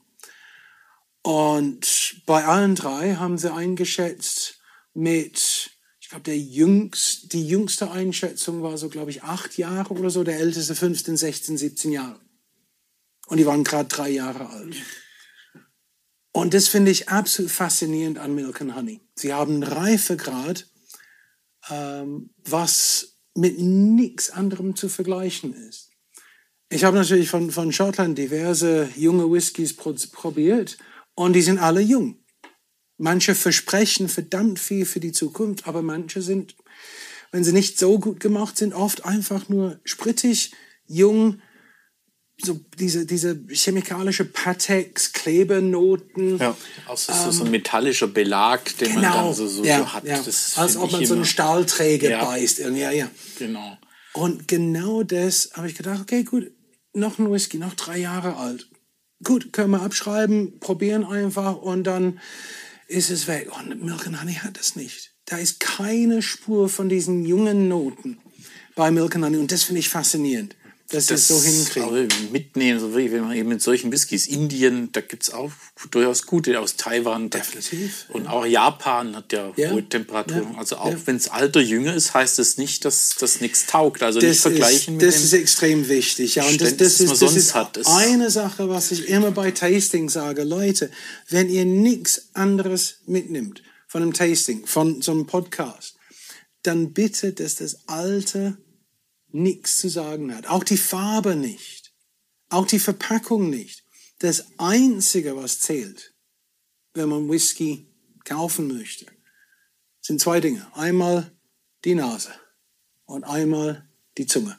D: Und bei allen drei haben sie eingeschätzt mit, ich glaube, der jüngst, die jüngste Einschätzung war so, glaube ich, acht Jahre oder so, der älteste fünfzehn, sechzehn, siebzehn Jahre. Und die waren gerade drei Jahre alt. Und das finde ich absolut faszinierend an Milk and Honey. Sie haben einen Reifegrad, ähm, was mit nichts anderem zu vergleichen ist. Ich habe natürlich von, von Schottland diverse junge Whiskys pro, probiert und die sind alle jung. Manche versprechen verdammt viel für die Zukunft, aber manche sind, wenn sie nicht so gut gemacht sind, oft einfach nur sprittig, jung, so diese, diese chemikalische Patex, Klebernoten.
B: Ja.
C: Außer ähm, so ein metallischer Belag, den
D: genau,
C: man dann so, so,
D: ja,
C: so hat.
D: Ja.
C: Das
D: als ob man so einen Stahlträger ja. beißt. Ja, ja.
C: Genau.
D: Und genau das habe ich gedacht, okay, gut, noch ein Whisky, noch drei Jahre alt. Gut, können wir abschreiben, probieren einfach und dann ist es weg. Und Milk and Honey hat das nicht. Da ist keine Spur von diesen jungen Noten bei Milk and Honey und das finde ich faszinierend. Dass das so hinkriegen.
C: Mitnehmen, so wie wenn man eben mit solchen Whiskys, Indien, da gibt es auch durchaus gute aus Taiwan.
D: Definitiv.
C: Und auch Japan hat ja, ja. hohe Temperaturen. Ja. Also auch ja. wenn das Alter jünger ist, heißt das nicht, dass das nichts taugt. Also das nicht vergleichen
D: ist,
C: mit
D: das
C: dem
D: ist extrem wichtig. Ja, und das, das ist, das ist
C: hat. Das
D: eine Sache, was ich immer bei Tasting sage. Leute, wenn ihr nichts anderes mitnimmt von einem Tasting, von so einem Podcast, dann bitte, dass das Alte nichts zu sagen hat. Auch die Farbe nicht. Auch die Verpackung nicht. Das Einzige, was zählt, wenn man Whisky kaufen möchte, sind zwei Dinge. Einmal die Nase und einmal die Zunge.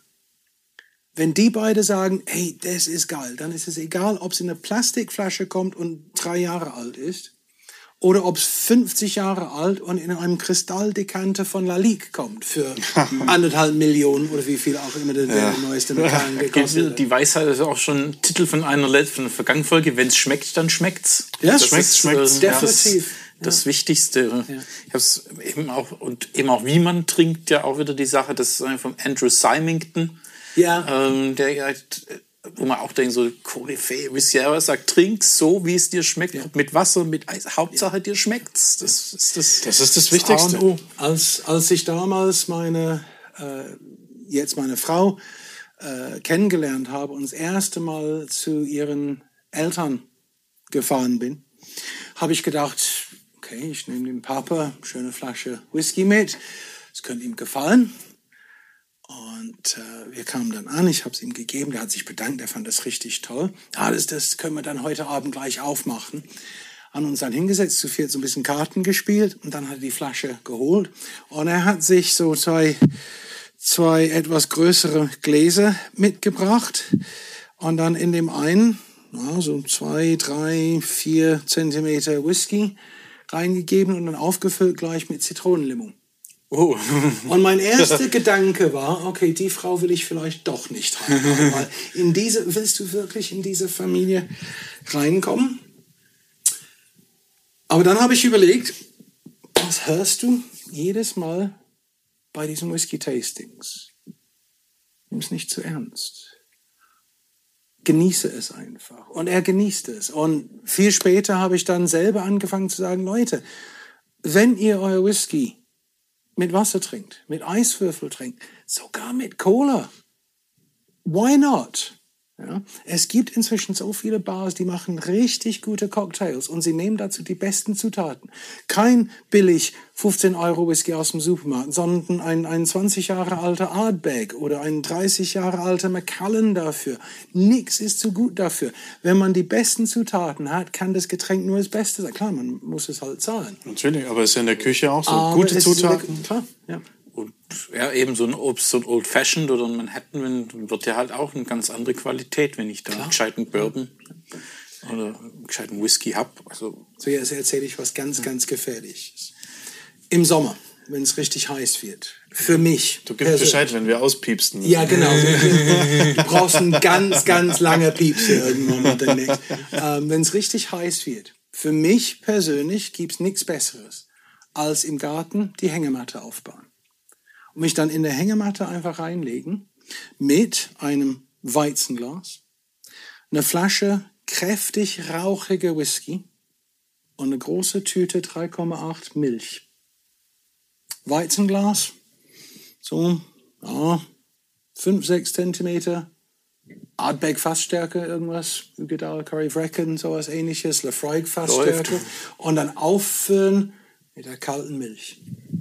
D: Wenn die beide sagen, hey, das ist geil, dann ist es egal, ob es in eine Plastikflasche kommt und drei Jahre alt ist oder ob es fünfzig Jahre alt und in einem Kristalldekanter von Lalique kommt für anderthalb Millionen oder wie viel auch immer der, der ja. neueste Metall gekostet hat.
C: Die Weisheit ist auch schon Titel von einer letzten vergangenen Folge. Wenn es schmeckt, dann schmeckt's.
D: Ja,
C: das
D: schmeckt,
C: ist,
D: schmeckt's.
C: Äh,
D: Definitiv.
C: Das, das
D: ja.
C: Wichtigste. Ja. Ich hab's eben auch, und eben auch wie man trinkt, ja auch wieder die Sache, das ist von Andrew Symington.
D: Ja.
C: Ähm, der halt, wo man auch denkt, so Koryphäe, Whisky, aber sagt, trink so, wie es dir schmeckt, ja. mit Wasser, mit Eis. Hauptsache, ja. dir schmeckt's. Das ist das,
B: das, ist das Wichtigste.
D: Oh. Als, als ich damals meine, äh, jetzt meine Frau äh, kennengelernt habe und das erste Mal zu ihren Eltern gefahren bin, habe ich gedacht, okay, ich nehme dem Papa eine schöne Flasche Whisky mit. Es könnte ihm gefallen. Und äh, wir kamen dann an, ich habe es ihm gegeben, der hat sich bedankt, er fand das richtig toll. Ah, das, das können wir dann heute Abend gleich aufmachen. Haben uns dann hingesetzt, zu viert so ein bisschen Karten gespielt und dann hat er die Flasche geholt. Und er hat sich so zwei, zwei etwas größere Gläser mitgebracht und dann in dem einen, ja, so zwei, drei, vier Zentimeter Whisky reingegeben und dann aufgefüllt gleich mit Zitronenlimon.
C: Oh.
D: Und mein erster Gedanke war, okay, die Frau will ich vielleicht doch nicht heiraten, weil in diese, willst du wirklich in diese Familie reinkommen? Aber dann habe ich überlegt, was hörst du jedes Mal bei diesen Whisky-Tastings? Nimm es nicht zu ernst. Genieße es einfach. Und er genießt es. Und viel später habe ich dann selber angefangen zu sagen, Leute, wenn ihr euer Whisky mit Wasser trinkt, mit Eiswürfel trinkt, sogar mit Cola. Why not? Ja, es gibt inzwischen so viele Bars, die machen richtig gute Cocktails und sie nehmen dazu die besten Zutaten. Kein billig fünfzehn Euro Whisky aus dem Supermarkt, sondern ein, ein zwanzig Jahre alter Ardbeg oder ein dreißig Jahre alter Macallan dafür. Nix ist zu gut dafür. Wenn man die besten Zutaten hat, kann das Getränk nur das Beste sein. Klar, man muss es halt zahlen.
B: Natürlich, aber es ist ja in der Küche auch so.
D: Aber
B: Gute Zutaten.
D: Der, klar, ja.
C: und ja, eben so ein Obst, so ein Old Fashioned oder ein Manhattan wird ja halt auch eine ganz andere Qualität, wenn ich da einen gescheiten Bourbon oder einen gescheiten Whisky habe. Also,
D: so, jetzt erzähle ich was ganz, ganz Gefährliches. Im Sommer, wenn es richtig heiß wird, für mich.
B: Du gibst Bescheid, wenn wir auspiepsten.
D: Ja, genau. Du brauchst einen ganz, ganz langen Pieps hier irgendwann demnächst. Ähm, wenn es richtig heiß wird, für mich persönlich gibt es nichts Besseres, als im Garten die Hängematte aufbauen. Und mich dann in der Hängematte einfach reinlegen mit einem Weizenglas, eine Flasche kräftig rauchiger Whisky und eine große Tüte drei Komma acht Milch. Weizenglas, so, ja, fünf, sechs Zentimeter, Ardbeg Fassstärke, irgendwas, Uigeadail, Curry Vrecken, sowas ähnliches, Laphroaig Fassstärke
C: Läuft.
D: und dann auffüllen mit der kalten Milch.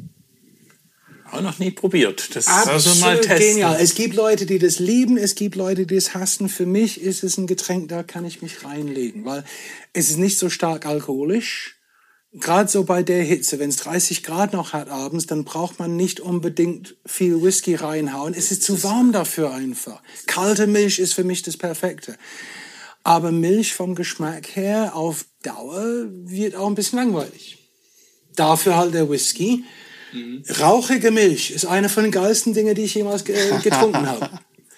C: auch noch nie probiert. Das
D: Absolut
C: müssen wir mal testen.
D: genial. Es gibt Leute, die das lieben, es gibt Leute, die es hassen. Für mich ist es ein Getränk, da kann ich mich reinlegen, weil es ist nicht so stark alkoholisch. Gerade so bei der Hitze, wenn es dreißig Grad noch hat abends, dann braucht man nicht unbedingt viel Whisky reinhauen. Es ist zu warm dafür einfach. Kalte Milch ist für mich das Perfekte. Aber Milch vom Geschmack her auf Dauer wird auch ein bisschen langweilig. Dafür halt der Whisky. Mhm. Rauchige Milch ist eine von den geilsten Dingen, die ich jemals ge- getrunken habe.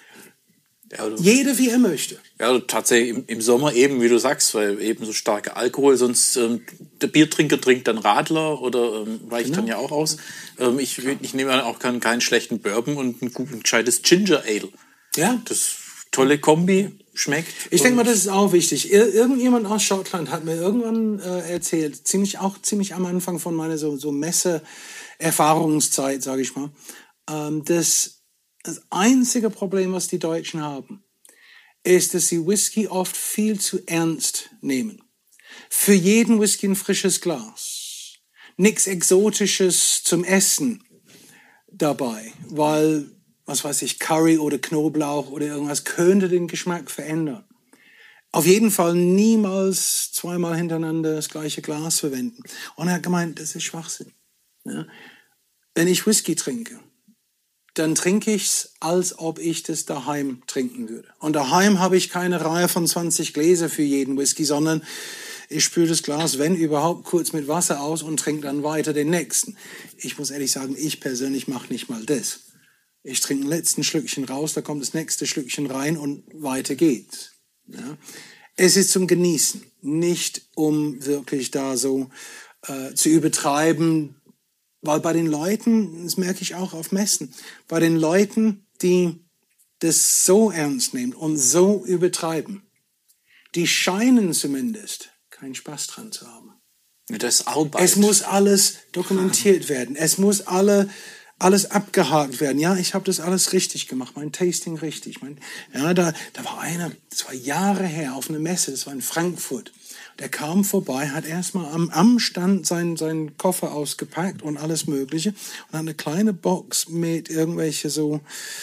C: Ja,
D: Jeder, wie er möchte.
C: Ja, tatsächlich im, im Sommer eben, wie du sagst, weil eben so starker Alkohol, sonst ähm, der Biertrinker trinkt dann Radler oder ähm, weicht genau. dann ja auch aus. Ähm, ich, ich nehme auch keinen, keinen schlechten Bourbon und ein, ein gescheites Ginger Ale.
D: Ja.
C: Das tolle Kombi, schmeckt.
D: Ich denke mal, das ist auch wichtig. Ir- irgendjemand aus Schottland hat mir irgendwann äh, erzählt, ziemlich auch ziemlich am Anfang von meiner so, so Messe-Erfahrungszeit, sage ich mal, ähm, dass das einzige Problem, was die Deutschen haben, ist, dass sie Whisky oft viel zu ernst nehmen. Für jeden Whisky ein frisches Glas. Nichts Exotisches zum Essen dabei, weil, was weiß ich, Curry oder Knoblauch oder irgendwas könnte den Geschmack verändern. Auf jeden Fall niemals zweimal hintereinander das gleiche Glas verwenden. Und er hat gemeint, das ist Schwachsinn. Ja? Wenn ich Whisky trinke, dann trinke ich es, als ob ich das daheim trinken würde. Und daheim habe ich keine Reihe von zwanzig Gläser für jeden Whisky, sondern ich spüle das Glas, wenn überhaupt, kurz mit Wasser aus und trinke dann weiter den nächsten. Ich muss ehrlich sagen, ich persönlich mache nicht mal das. Ich trinke ein letzten Schlückchen raus, da kommt das nächste Schlückchen rein und weiter geht's. Ja? Es ist zum Genießen, nicht um wirklich da so äh, zu übertreiben. Weil bei den Leuten, das merke ich auch auf Messen, bei den Leuten, die das so ernst nehmen und so übertreiben, die scheinen zumindest keinen Spaß dran zu haben.
C: Das ist Arbeit.
D: Es muss alles dokumentiert werden. Es muss alle, alles abgehakt werden. Ja, ich habe das alles richtig gemacht, mein Tasting richtig. Mein, ja, da, da war einer, das war Jahre her, auf einer Messe, das war in Frankfurt. Der kam vorbei, hat erstmal am, am Stand seinen, seinen Koffer ausgepackt und alles Mögliche und hat eine kleine Box mit irgendwelche so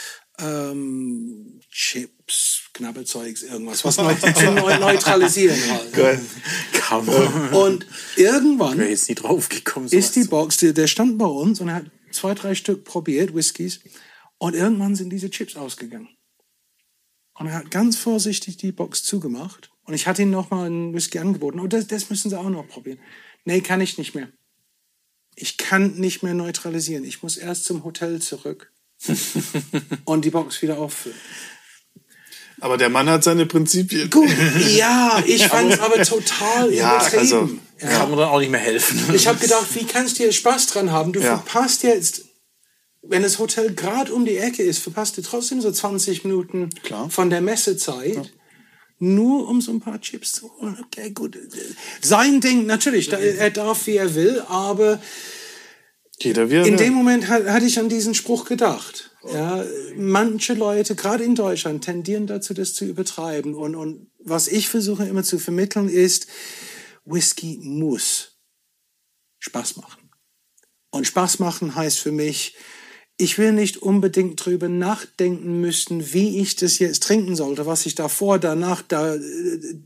D: ähm, Chips, Knabbelzeugs, irgendwas, was neu, zum neu, neutralisieren halt.
C: Kann man.
D: Und irgendwann
C: wäre jetzt nie drauf gekommen,
D: ist die Box, der, der stand bei uns und er hat zwei, drei Stück probiert, Whiskys, und irgendwann sind diese Chips ausgegangen. Und er hat ganz vorsichtig die Box zugemacht. Und ich hatte ihm noch mal einen Whisky angeboten. Und das, das müssen Sie auch noch probieren. Nee, kann ich nicht mehr. Ich kann nicht mehr neutralisieren. Ich muss erst zum Hotel zurück und die Box wieder auffüllen.
B: Aber der Mann hat seine Prinzipien.
D: Gut, ja, ich fand es aber total
B: ja,
D: übertrieben.
B: Also,
D: ja.
C: Kann man dann auch nicht mehr helfen.
D: Ich habe gedacht, wie kannst du jetzt Spaß dran haben? Du
B: ja.
D: verpasst jetzt, wenn das Hotel gerade um die Ecke ist, verpasst du trotzdem so zwanzig Minuten
B: Klar.
D: von der Messezeit. Ja. Nur um so ein paar Chips zu holen. Okay, gut. Sein Ding, natürlich, er darf, wie er will, aber
B: Jeder wie er
D: in
B: will.
D: dem Moment hatte ich an diesen Spruch gedacht. Ja, manche Leute, gerade in Deutschland, tendieren dazu, das zu übertreiben. Und, und was ich versuche immer zu vermitteln, ist, Whisky muss Spaß machen. Und Spaß machen heißt für mich, ich will nicht unbedingt drüber nachdenken müssen, wie ich das jetzt trinken sollte, was ich davor, danach, da,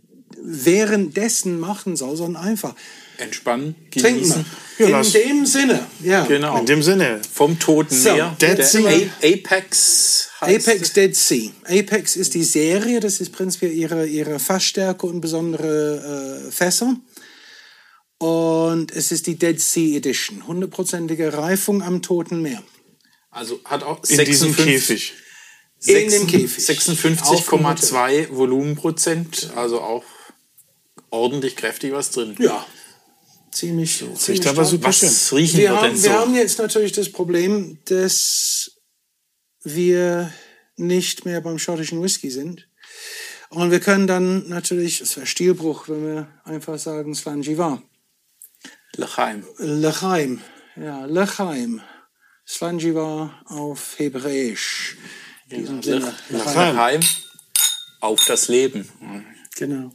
D: währenddessen machen soll, sondern einfach
C: Entspannen,
D: trinken.
C: genießen.
B: Ja,
D: In
B: das-
D: dem Sinne, ja.
C: Genau.
B: In dem Sinne.
C: Vom Toten
D: So,
C: Meer.
B: Dead
C: Der
B: Sea.
C: A- Apex heißt
D: Apex Dead Sea. Apex ist die Serie, das ist prinzipiell ihre, ihre Fassstärke und besondere äh, Fässer. Und es ist die Dead Sea Edition. Hundertprozentige Reifung am Toten Meer.
C: Also hat auch
B: In diesem Käfig.
D: In dem Käfig.
C: sechsundfünfzig Komma zwei Volumenprozent, also auch ordentlich kräftig was drin.
D: Ja, ziemlich, ziemlich
B: Riecht aber
D: stark.
B: super schön.
C: Was riechen
D: Wir
C: wir denn
D: haben,
C: so?
D: wir haben jetzt natürlich das Problem, dass wir nicht mehr beim schottischen Whisky sind. Und wir können dann natürlich, es wäre Stilbruch, wenn wir einfach sagen, Slanjivar.
C: L'chaim.
D: L'chaim. Ja, L'chaim. Slanjivar auf Hebräisch. In diesem Sinne. L'chaim.
C: L'chaim. Auf das Leben.
D: Genau.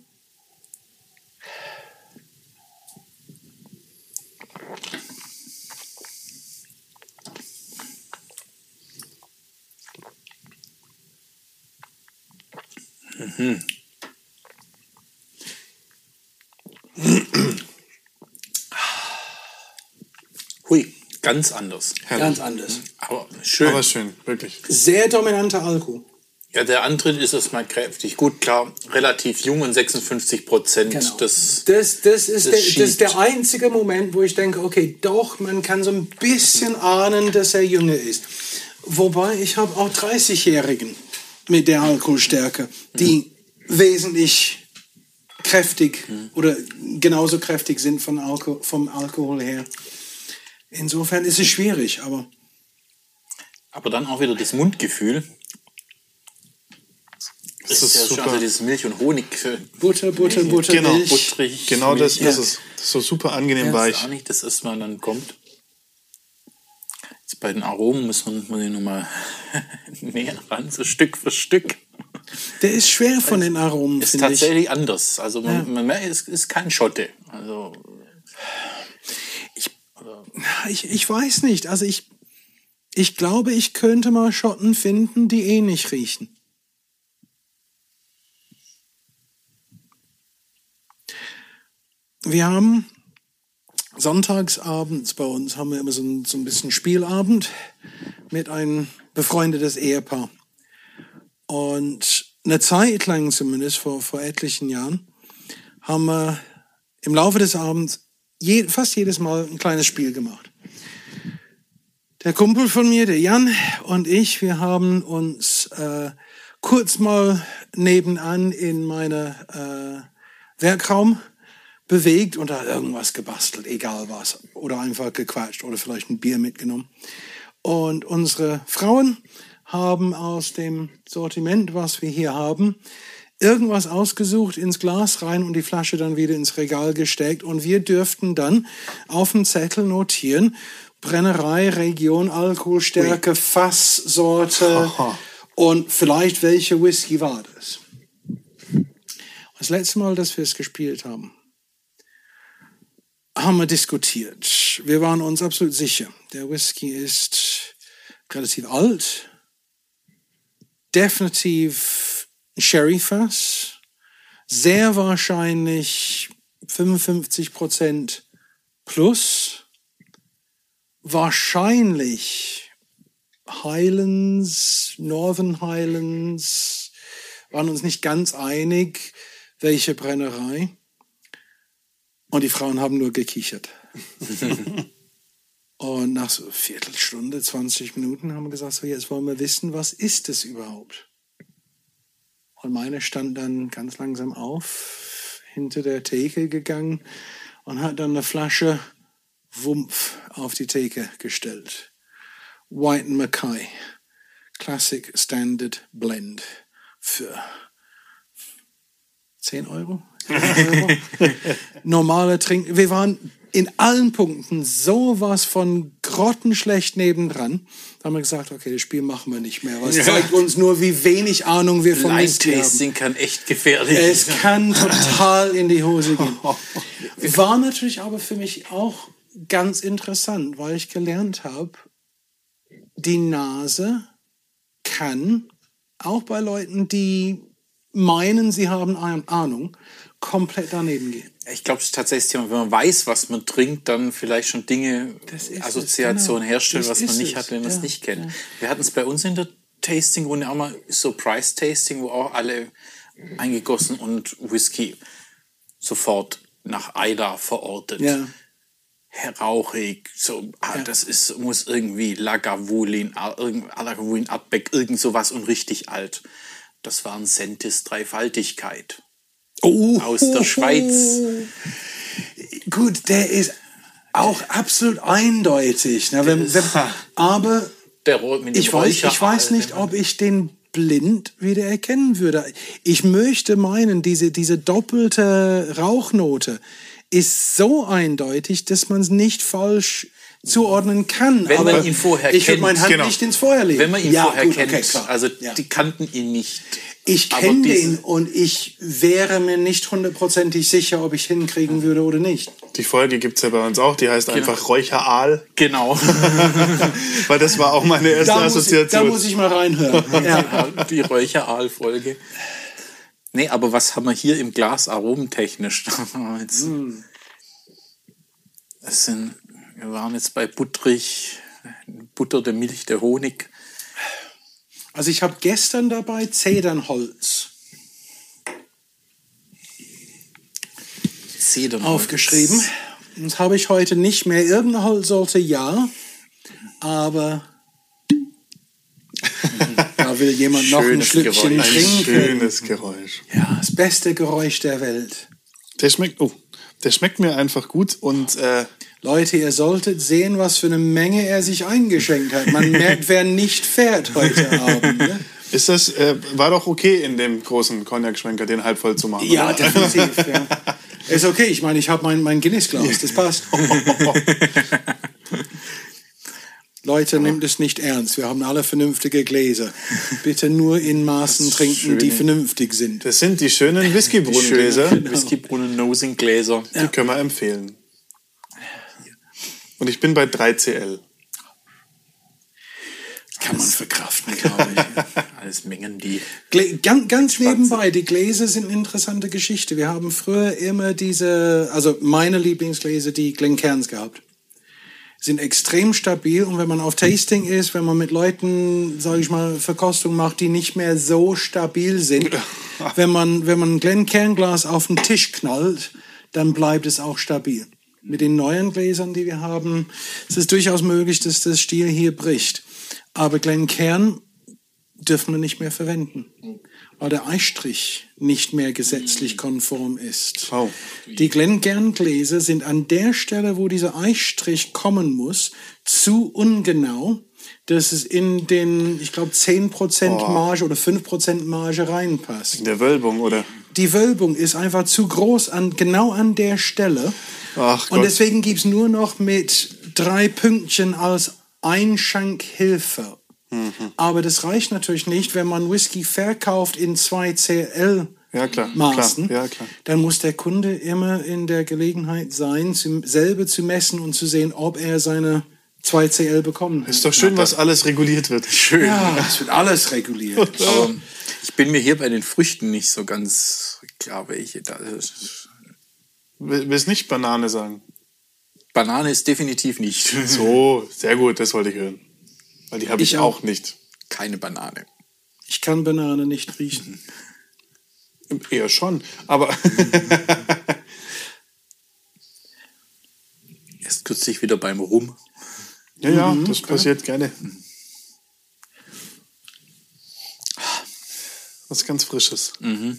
C: Hui, ganz anders.
D: Ganz anders.
C: Aber schön.
B: Aber schön, wirklich.
D: Sehr dominanter Alkohol.
C: Ja, der Antritt ist erstmal kräftig. Gut, klar, relativ jung und sechsundfünfzig Prozent.
D: Genau.
C: Das,
D: Das, das, ist
C: das
D: der, das
C: schiebt.
D: ist der einzige Moment, wo ich denke, okay, doch, man kann so ein bisschen ahnen, dass er jünger ist. Wobei, ich habe auch dreißigjährigen mit der Alkoholstärke, die mhm. wesentlich kräftig mhm. oder genauso kräftig sind von Alko vom Alkohol her. Insofern ist es schwierig, aber...
C: aber dann auch wieder das Mundgefühl. Das
B: ist
C: ist ja
B: super.
C: schon, also dieses Milch und Honig.
D: Butter, Butter, Butter,
B: Genau.
D: Milch.
C: Butterig.
B: Genau das
C: Milch.
B: ist es. Das ist so super angenehm
C: Ja,
B: weich.
C: ist auch nicht das erstmal dann kommt. Jetzt bei den Aromen müssen wir, muss ich nochmal näher ran, so Stück für Stück.
D: Der ist schwer von den Aromen,
C: Ist
D: finde ich.
C: tatsächlich anders. Also man, man merkt, es ist kein Schotte. Also
D: Ich, ich weiß nicht. Also ich, ich glaube, ich könnte mal Schotten finden, die ähnlich riechen. Wir haben sonntagsabends bei uns haben wir immer so ein, so ein bisschen Spielabend mit einem befreundetes Ehepaar. Und eine Zeit lang zumindest, vor, vor etlichen Jahren, haben wir im Laufe des Abends je, fast jedes Mal ein kleines Spiel gemacht. Der Kumpel von mir, der Jan und ich, wir haben uns äh, kurz mal nebenan in meiner äh, Werkraum bewegt und da irgendwas gebastelt, egal was. Oder einfach gequatscht oder vielleicht ein Bier mitgenommen. Und unsere Frauen haben aus dem Sortiment, was wir hier haben, irgendwas ausgesucht, ins Glas rein und die Flasche dann wieder ins Regal gesteckt. Und wir dürften dann auf dem Zettel notieren, Brennerei, Region, Alkoholstärke, Ui. Fasssorte und vielleicht welche Whisky war das. Das letzte Mal, dass wir es gespielt haben, haben wir diskutiert. Wir waren uns absolut sicher, der Whisky ist relativ alt, definitiv Sherry-Fass, sehr wahrscheinlich fünfundfünfzig Prozent plus, wahrscheinlich Highlands, Northern Highlands, waren uns nicht ganz einig, welche Brennerei. Und die Frauen haben nur gekichert. Und nach so einer Viertelstunde, zwanzig Minuten haben wir gesagt, so jetzt wollen wir wissen, was ist es überhaupt? Und meine stand dann ganz langsam auf, hinter der Theke gegangen und hat dann eine Flasche Wumpf auf die Theke gestellt. White and Mackay, Classic Standard Blend für zehn Euro? Euro. Normale Trink. Wir waren in allen Punkten sowas von grottenschlecht nebendran. Da haben wir gesagt, okay, das Spiel machen wir nicht mehr. Was ja. zeigt uns nur, wie wenig Ahnung wir vom Whisky haben.
C: Blind-Tasting kann echt gefährlich sein.
D: Es kann total in die Hose gehen. War natürlich aber für mich auch ganz interessant, weil ich gelernt habe, die Nase kann auch bei Leuten, die meinen, sie haben eine Ahnung, komplett daneben gehen.
C: Ich glaube, es ist tatsächlich das Thema, wenn man weiß, was man trinkt, dann vielleicht schon Dinge, Assoziationen genau. herstellen, das was man nicht es. hat, wenn man es ja. nicht kennt. Ja. Wir hatten es bei uns in der Tasting-Runde auch mal so Price-Tasting, wo auch alle eingegossen und Whisky sofort nach Ida verortet.
D: Ja.
C: Rauchig, so, ah, ja. das ist, muss irgendwie Lagavulin, Lagavulin Artbeck, irgend sowas und richtig alt. Das war ein Sentis Dreifaltigkeit.
D: Oh,
C: aus der
D: oh,
C: Schweiz.
D: Gut, der ist auch absolut eindeutig. Ne? Wenn, wenn, aber
C: der mit dem
D: ich, weiß, ich weiß nicht, ob ich den blind wieder erkennen würde. Ich möchte meinen, diese, diese doppelte Rauchnote ist so eindeutig, dass man es nicht falsch zuordnen kann.
C: Wenn
D: aber
C: man ihn vorher
D: ich
C: kennt.
D: Ich würde meine Hand
B: genau.
D: nicht ins Feuer legen.
C: Wenn man ihn
D: ja,
C: vorher
D: gut,
C: kennt.
D: Okay,
C: also
D: ja.
C: die kannten ihn nicht.
D: Ich kenne den und ich wäre mir nicht hundertprozentig sicher, ob ich hinkriegen würde oder nicht.
B: Die Folge gibt es ja bei uns auch, die heißt genau. einfach Räucheraal.
C: Genau.
B: Weil das war auch meine erste
D: da
B: Assoziation.
D: Ich, da muss ich mal reinhören.
C: ja. Die Räucheraal-Folge. Nee, aber was haben wir hier im Glas aromentechnisch? Jetzt, mm. das sind, wir waren jetzt bei Buttrich, Butter, der Milch, der Honig.
D: Also ich habe gestern dabei Zedernholz,
C: Zedernholz
D: aufgeschrieben. Das habe ich heute nicht mehr. Irgendeine Holzsorte ja, aber da will jemand noch ein Schlückchen
B: Geräusch.
D: trinken.
B: Ein schönes Geräusch.
D: Ja, das beste Geräusch der Welt.
B: Der schmeckt, oh, der schmeckt mir einfach gut und äh,
D: Leute, ihr solltet sehen, was für eine Menge er sich eingeschenkt hat. Man merkt, wer nicht fährt heute Abend. Ne?
B: Ist das, äh, war doch okay in dem großen Cognac-Schwenker, den halb voll zu machen.
D: Ja,
B: oder?
D: definitiv. Ja. Ist okay, ich meine, ich habe mein, mein Guinness-Glas, das passt. Leute, nehmt es nicht ernst. Wir haben alle vernünftige Gläser. Bitte nur in Maßen trinken, schöne, die vernünftig sind.
B: Das sind die schönen Whiskybrunnengläser.
C: Genau. Whiskybrunnen-Nosing-Gläser.
B: Die ja. können wir empfehlen. Und ich bin bei drei C L.
D: Kann man verkraften, glaube ich.
C: Alles Mengen, die...
D: Glä- ganz, ganz nebenbei, die Gläser sind eine interessante Geschichte. Wir haben früher immer diese, also meine Lieblingsgläser, die Glencairns gehabt. Sind extrem stabil und wenn man auf Tasting ist, wenn man mit Leuten, sage ich mal, Verkostung macht, die nicht mehr so stabil sind, wenn man, wenn man ein Glencairn-Glas auf den Tisch knallt, dann bleibt es auch stabil. Mit den neuen Gläsern, die wir haben, ist es durchaus möglich, dass das Stiel hier bricht. Aber Glencairn dürfen wir nicht mehr verwenden, weil der Eistrich nicht mehr gesetzlich konform ist.
B: Oh.
D: Die Glencairn-Gläser sind an der Stelle, wo dieser Eistrich kommen muss, zu ungenau, dass es in den, ich glaube, zehn Prozent oh. Marge oder fünf Prozent Marge reinpasst.
B: In der Wölbung, oder?
D: Die Wölbung ist einfach zu groß, an, genau an der Stelle.
B: Ach
D: Und
B: Gott.
D: deswegen gibt es nur noch mit drei Pünktchen als Einschankhilfe. Mhm. Aber das reicht natürlich nicht, wenn man Whisky verkauft in zwei C L
B: ja, klar,
D: Maßen.
B: Klar, ja, klar.
D: Dann muss der Kunde immer in der Gelegenheit sein, zu, selber zu messen und zu sehen, ob er seine zwei C L bekommen hat.
B: Ist doch schön, was alles reguliert wird.
C: Schön.
D: Ja, es wird alles reguliert.
C: Aber ich bin mir hier bei den Früchten nicht so ganz klar, welche da ist.
B: Willst nicht Banane sagen?
C: Banane ist definitiv nicht.
B: So, sehr gut, das wollte ich hören. Weil die habe ich, ich auch. auch nicht.
C: Keine Banane.
D: Ich kann Banane nicht riechen.
B: Eher schon, aber...
C: Erst kürzlich wieder beim Rum.
B: Ja, ja, mhm, das klar. passiert gerne. Was ganz Frisches.
C: Mhm.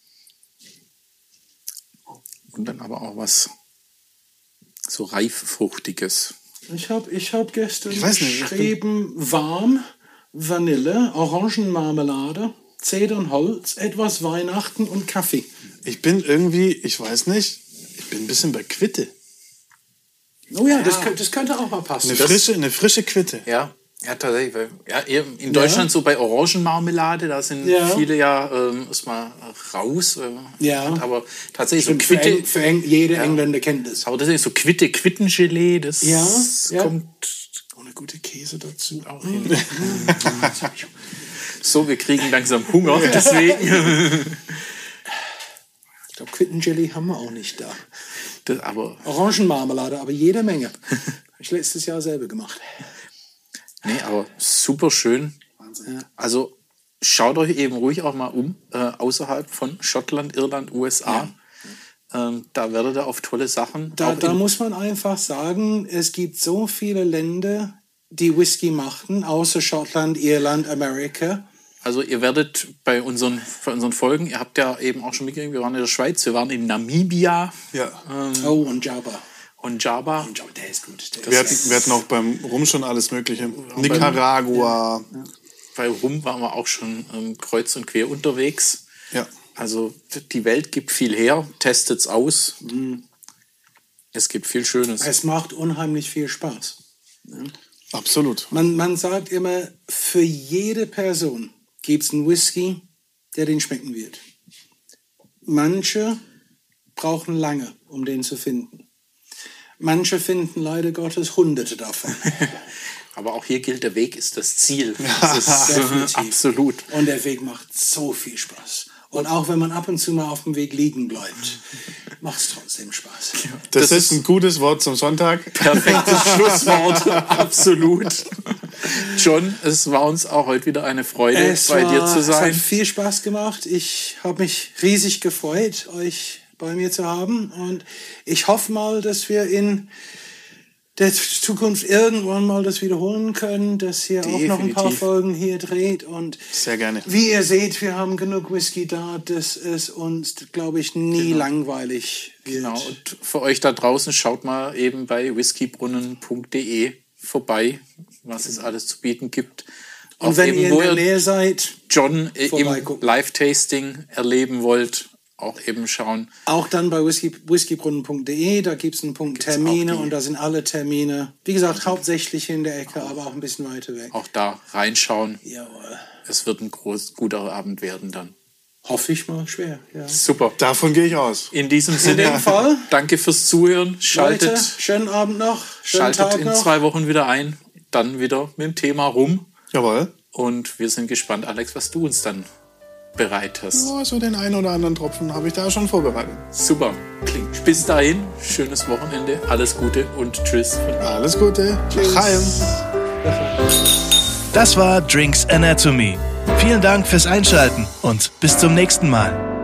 C: Und dann aber auch was so reif-fruchtiges.
D: Ich habe ich hab gestern
B: ich weiß nicht,
D: geschrieben, warm, Vanille, Orangenmarmelade, Zedernholz, etwas Weihnachten und Kaffee.
B: Ich bin irgendwie, ich weiß nicht, ich bin ein bisschen bei Quitte.
D: Oh ja,
C: ja.
D: Das, das könnte auch mal passen.
B: Eine frische, eine frische Quitte.
C: Ja, ja tatsächlich. Ja, in Deutschland ja. so bei Orangenmarmelade, da sind ja. viele ja ähm, erstmal raus. Äh,
D: ja.
C: Aber tatsächlich
D: Stimmt,
C: so Quitte.
D: Für, Eng, für Eng, jede
C: ja.
D: Engländer kennt das.
C: Aber das ist so Quitte, Quittengelee, das
D: ja.
C: kommt...
D: Ohne gute Käse dazu.
C: Auch hin. So, wir kriegen langsam Hunger, deswegen.
D: Ich glaube, Quittenjelly haben wir auch nicht da.
C: Das, aber
D: Orangenmarmelade, aber jede Menge. Habe ich letztes Jahr selber gemacht.
C: Nee, aber super schön.
D: Wahnsinn.
C: Also schaut euch eben ruhig auch mal um, äh, außerhalb von Schottland, Irland, U S A. Ja. Ähm, da werdet ihr auf tolle Sachen.
D: Da,
C: auch
D: da
C: in,
D: muss man einfach sagen, es gibt so viele Länder, die Whisky machen, außer Schottland, Irland, Amerika.
C: Also ihr werdet bei unseren, bei unseren Folgen, ihr habt ja eben auch schon mitgekriegt, wir waren in der Schweiz, wir waren in Namibia.
B: Ja.
C: Ähm,
D: Oh, und Java.
C: und Java.
D: Und Java, der ist gut. Der
B: Wir
D: ist
B: hatten, wir hatten auch beim Rum schon alles Mögliche. Nicaragua.
C: Ja. Bei Rum waren wir auch schon ähm, kreuz und quer unterwegs.
B: Ja.
C: Also die Welt gibt viel her, testet's aus. Mhm. Es gibt viel Schönes.
D: Es macht unheimlich viel Spaß.
B: Absolut.
D: Man, man sagt immer, für jede Person gibt es einen Whisky, der den schmecken wird. Manche brauchen lange, um den zu finden. Manche finden leider Gottes Hunderte davon.
C: Aber auch hier gilt, der Weg ist das Ziel. Das ist
D: Definitiv.
C: absolut.
D: Und der Weg macht so viel Spaß. Und auch wenn man ab und zu mal auf dem Weg liegen bleibt, macht es trotzdem Spaß.
B: Das,
C: Das
B: ist ein gutes Wort zum Sonntag.
C: Perfektes Schlusswort, absolut. John, es war uns auch heute wieder eine Freude,
D: Es
C: bei
D: war,
C: dir zu
D: Es
C: sein.
D: hat viel Spaß gemacht. Ich habe mich riesig gefreut, euch bei mir zu haben. Und ich hoffe mal, dass wir in der Zukunft irgendwann mal das wiederholen können, dass ihr auch noch ein paar
C: Definitiv.
D: Folgen hier dreht. Und
B: Sehr gerne.
D: wie ihr seht, wir haben genug Whisky da, dass es uns, glaube ich, nie langweilig wird.
C: Genau, und für euch da draußen, schaut mal eben bei whiskybrunnen punkt de vorbei, was es alles zu bieten gibt.
D: Und
C: Auch
D: wenn
C: eben,
D: ihr in
C: wo
D: der
C: ihr
D: Nähe seid,
C: John äh, im
D: vorbeigucken.
C: Live-Tasting erleben wollt, auch eben schauen.
D: auch dann bei whisky, whiskybrunnen punkt de, da gibt es einen Punkt
C: Gibt's
D: Termine
C: auch die-
D: und da sind alle Termine, wie gesagt, hauptsächlich in der Ecke, aber auch ein bisschen weiter weg.
C: Auch da reinschauen.
D: Jawohl.
C: Es wird ein groß, guter Abend werden dann.
D: Hoffe ich mal schwer. Ja.
C: Super.
B: Davon gehe ich aus.
C: In diesem Sinne,
D: dem Fall.
C: danke fürs Zuhören. Schaltet,
D: Leute, schönen Abend noch, schönen
C: schaltet
D: Tag
C: in
D: noch.
C: zwei Wochen wieder ein. Dann wieder mit dem Thema rum.
B: Jawohl.
C: Und wir sind gespannt, Alex, was du uns dann bereit hast.
B: Oh, so den einen oder anderen Tropfen habe ich da schon vorbereitet.
C: Super. Klingt. Bis dahin, schönes Wochenende, alles Gute und tschüss.
B: Alles Gute. Chaim.
A: Das war Drinks Anatomy. Vielen Dank fürs Einschalten und bis zum nächsten Mal.